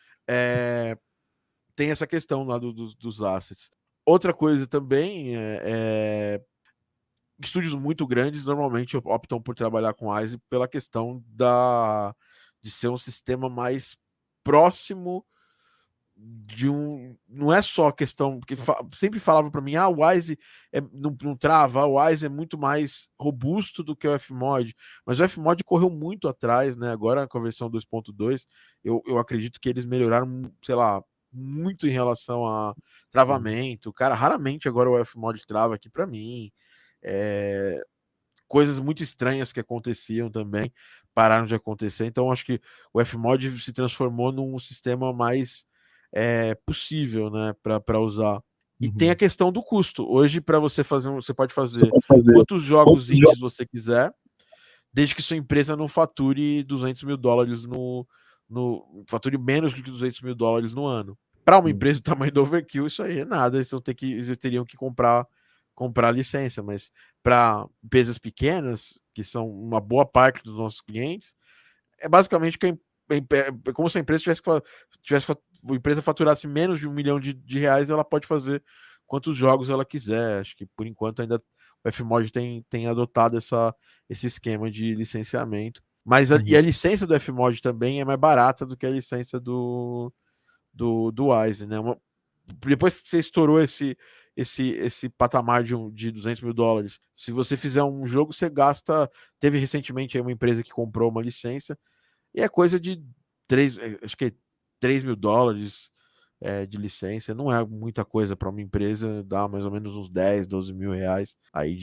Tem essa questão lá dos assets. Outra coisa também estúdios muito grandes normalmente optam por trabalhar com Wise pela questão de ser um sistema mais próximo de não é só questão, porque sempre falava para mim, o Wise não trava, o Wise é muito mais robusto do que o Fmod, mas o Fmod correu muito atrás, né? Agora com a versão 2.2, eu acredito que eles melhoraram, sei lá, muito em relação a travamento. Cara, raramente agora o Fmod trava aqui para mim. Coisas muito estranhas que aconteciam também pararam de acontecer, então acho que o Fmod se transformou num sistema mais possível, né, para usar. E tem a questão do custo. Hoje, para você fazer, você pode fazer quantos jogos indies você quiser, desde que sua empresa não fature $200 mil fature menos do que $200 mil no ano. Para uma empresa do tamanho do Overkill, isso aí é nada. Eles teriam que comprar licença, mas para empresas pequenas, que são uma boa parte dos nossos clientes, é basicamente como se a empresa a empresa faturasse menos de $1 milhão de reais, ela pode fazer quantos jogos ela quiser. Acho que por enquanto ainda o Fmod tem adotado esse esquema de licenciamento. Mas e a licença do Fmod também é mais barata do que a licença do Wise, né? depois que você estourou esse patamar de $200 mil, se você fizer um jogo, você gasta. Teve recentemente aí uma empresa que comprou uma licença, e é coisa de acho que é $3 mil de licença. Não é muita coisa para uma empresa, dá mais ou menos uns 10, 12 mil reais aí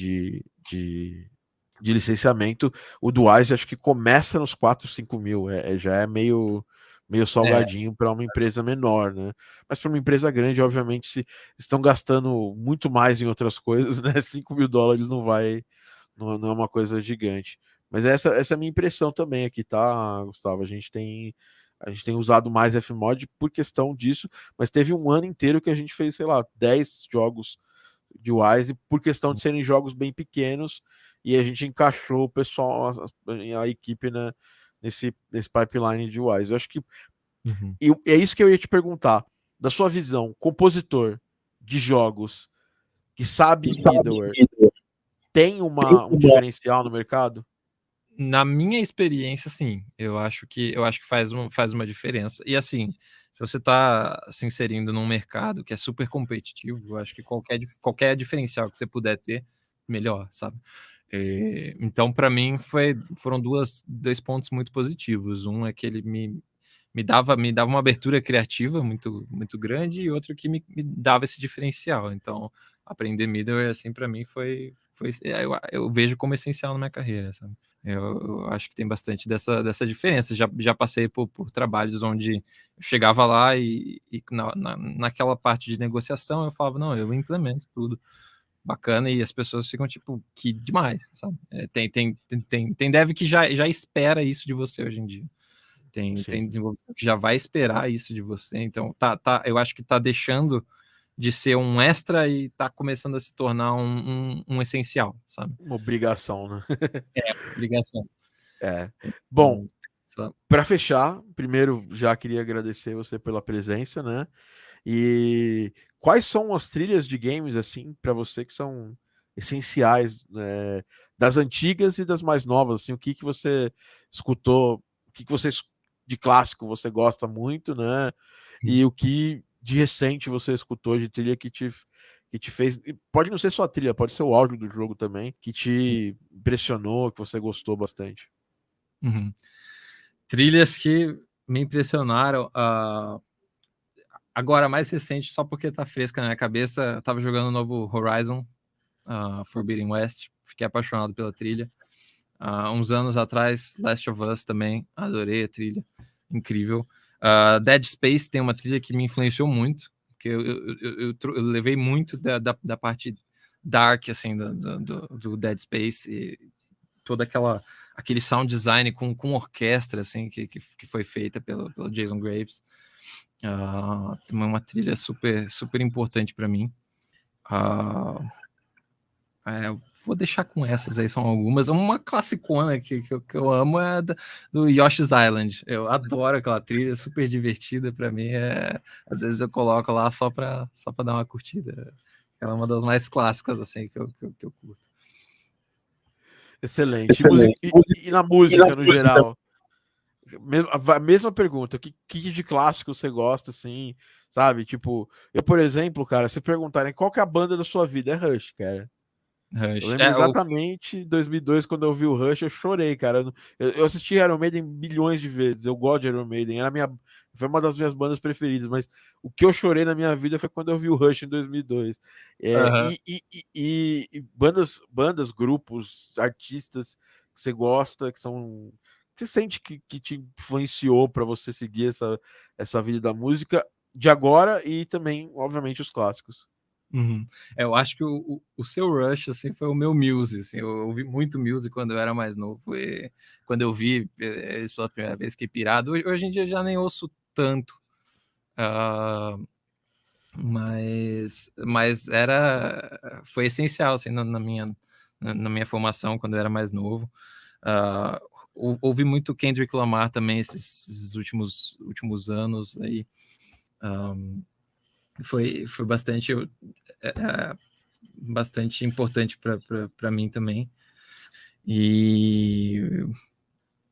de licenciamento. O do Wise acho que começa nos 4, 5 mil, já é meio salgadinho para uma empresa menor, né? Mas para uma empresa grande, obviamente, se estão gastando muito mais em outras coisas, né? $5 mil não é uma coisa gigante. Mas essa é a minha impressão também aqui, tá, Gustavo? A gente tem usado mais Fmod por questão disso, mas teve um ano inteiro que a gente fez, sei lá, 10 jogos de Wise por questão de serem jogos bem pequenos, e a gente encaixou o pessoal, a equipe, né, nesse pipeline de Wise. Eu acho que é isso que eu ia te perguntar. Da sua visão, compositor de jogos que sabe middleware, tem um diferencial no mercado? Na minha experiência, sim, eu acho que faz uma diferença. E assim, se você está se inserindo num mercado que é super competitivo, eu acho que qualquer diferencial que você puder ter, melhor, sabe? Então, para mim, foram dois pontos muito positivos. Um é que ele me dava uma abertura criativa muito, muito grande, e outro que me dava esse diferencial. Então, aprender middleware, assim, para mim, eu vejo como essencial na minha carreira, sabe? Eu acho que tem bastante dessa diferença. Já passei por trabalhos onde eu chegava lá e naquela parte de negociação eu falava, não, eu implemento tudo bacana, e as pessoas ficam tipo, que demais, sabe? Tem dev que já espera isso de você hoje em dia. Tem desenvolvedor que já vai esperar isso de você. Então, eu acho que tá deixando de ser um extra e tá começando a se tornar um essencial, sabe? Uma obrigação, né? Obrigação. Bom, para fechar, primeiro já queria agradecer você pela presença, né? E quais são as trilhas de games, assim, para você que são essenciais, né, das antigas e das mais novas, assim, o que você escutou, o que você de clássico você gosta muito, né? E o que de recente você escutou de trilha que te fez, pode não ser só a trilha, pode ser o áudio do jogo também, que te impressionou, que você gostou bastante. Trilhas que me impressionaram, agora mais recente, só porque tá fresca na minha cabeça, eu tava jogando o novo Horizon Forbidden West, fiquei apaixonado pela trilha. Uns anos atrás, Last of Us também, adorei a trilha, incrível. Dead Space tem uma trilha que me influenciou muito, porque eu levei muito da parte dark, assim, do Dead Space, e todo aquele sound design com orquestra, assim, que foi feita pelo Jason Graves. Uma trilha super, super importante para mim. Eu vou deixar com essas aí, são algumas. Uma classicona que eu amo é do Yoshi's Island. Eu adoro aquela trilha, super divertida para mim. Às vezes eu coloco lá só para dar uma curtida. Ela é uma das mais clássicas, assim, que eu curto. Excelente. E na música, no geral? A mesma pergunta, o que de clássico você gosta, assim, sabe? Tipo, eu, por exemplo, cara, se perguntarem qual que é a banda da sua vida, é Rush, cara. Rush. Eu lembro exatamente em 2002, quando eu vi o Rush, eu chorei, cara. Eu assisti Iron Maiden milhões de vezes, eu gosto de Iron Maiden, foi uma das minhas bandas preferidas, mas o que eu chorei na minha vida foi quando eu vi o Rush em 2002. E bandas, grupos, artistas que você gosta, que você sente que te influenciou para você seguir essa vida da música de agora, e também, obviamente, os clássicos. Eu acho que o seu Rush, assim, foi o meu Muse, assim, eu ouvi muito Muse quando eu era mais novo, e quando eu vi eles pela primeira vez, fiquei pirado. Hoje em dia já nem ouço tanto, mas foi essencial, assim, na minha formação quando eu era mais novo. Ouvi muito Kendrick Lamar também esses últimos anos aí. Foi bastante importante para mim também. E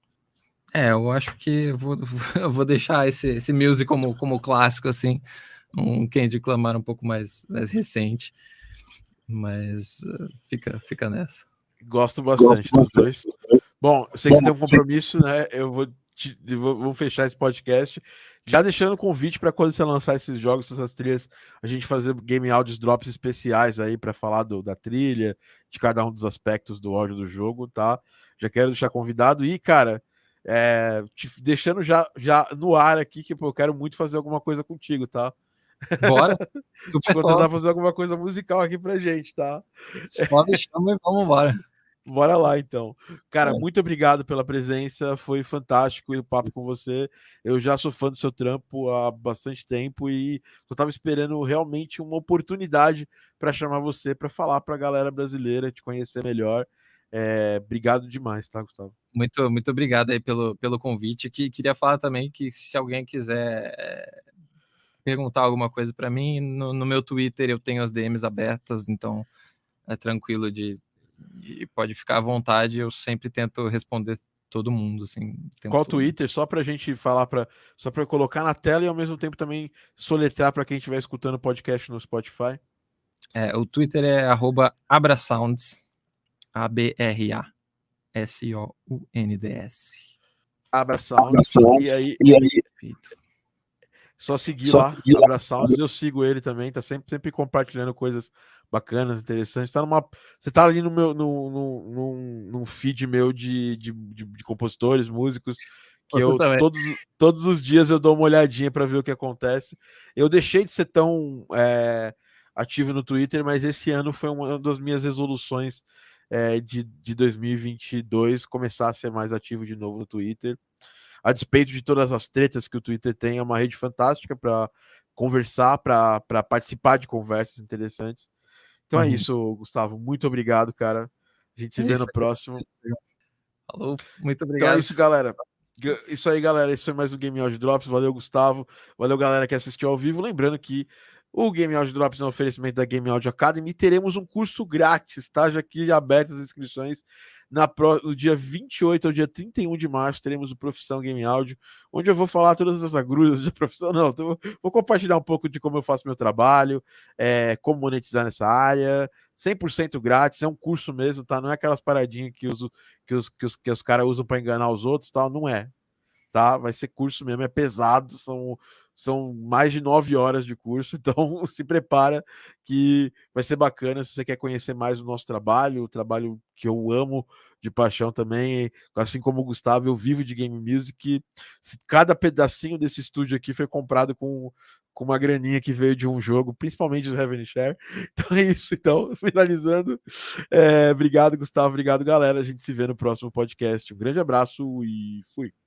eu acho que eu vou deixar esse music como clássico, assim, um Kendrick Lamar um pouco mais recente, mas fica nessa. Gosto bastante dos dois. Bom, eu sei que você tem um compromisso, né? Vou fechar esse podcast já deixando o convite para quando você lançar esses jogos, essas trilhas, a gente fazer Game Audios Drops especiais aí para falar da trilha, de cada um dos aspectos do áudio do jogo, tá? Já quero deixar convidado e, cara, deixando já no ar aqui que eu quero muito fazer alguma coisa contigo, tá? Bora! Te tentar fazer alguma coisa musical aqui pra gente, tá? Só me chama e vamos embora. Bora lá, então. Cara, muito obrigado pela presença, foi fantástico o papo com você. Eu já sou fã do seu trampo há bastante tempo e eu tava esperando realmente uma oportunidade para chamar você para falar para a galera brasileira, te conhecer melhor. Obrigado demais, tá, Gustavo? Muito obrigado aí pelo convite. Queria falar também que se alguém quiser perguntar alguma coisa para mim, no meu Twitter eu tenho as DMs abertas, então é tranquilo e pode ficar à vontade, eu sempre tento responder todo mundo, assim. Qual Twitter? Só pra gente falar, só pra eu colocar na tela e ao mesmo tempo também soletrar para quem estiver escutando o podcast no Spotify. O Twitter é @abrasounds, ABRASOUNDS. Abrasounds. E aí só seguir lá, Abrasounds, eu sigo ele também, tá sempre compartilhando coisas bacanas, interessantes. Você tá ali num feed meu de compositores, músicos, que todos os dias eu dou uma olhadinha para ver o que acontece. Eu deixei de ser tão ativo no Twitter, mas esse ano foi uma das minhas resoluções de 2022, começar a ser mais ativo de novo no Twitter. A despeito de todas as tretas que o Twitter tem, é uma rede fantástica para conversar, para participar de conversas interessantes. Então é isso, Gustavo. Muito obrigado, cara. A gente se vê no próximo. Falou, muito obrigado. Então é isso, galera. Isso aí, galera. Esse foi mais um Game Audio Drops. Valeu, Gustavo. Valeu, galera que assistiu ao vivo. Lembrando que o Game Audio Drops é um oferecimento da Game Audio Academy. Teremos um curso grátis, tá? Já aqui abertas as inscrições. No dia 28 ao dia 31 de março, teremos o Profissão Game Audio, onde eu vou falar todas as agruras de profissão. Não, vou compartilhar um pouco de como eu faço meu trabalho, como monetizar nessa área. 100% grátis, é um curso mesmo, tá? Não é aquelas paradinhas que os caras usam para enganar os outros, tá? Não é, tá? Vai ser curso mesmo, é pesado, são mais de 9 horas de curso, então se prepara que vai ser bacana. Se você quer conhecer mais o nosso trabalho, o trabalho que eu amo de paixão também, assim como o Gustavo, eu vivo de game music. Cada pedacinho desse estúdio aqui foi comprado com uma graninha que veio de um jogo, principalmente os Revenue Share. Então é isso, então, finalizando. Obrigado, Gustavo, obrigado, galera. A gente se vê no próximo podcast. Um grande abraço e fui.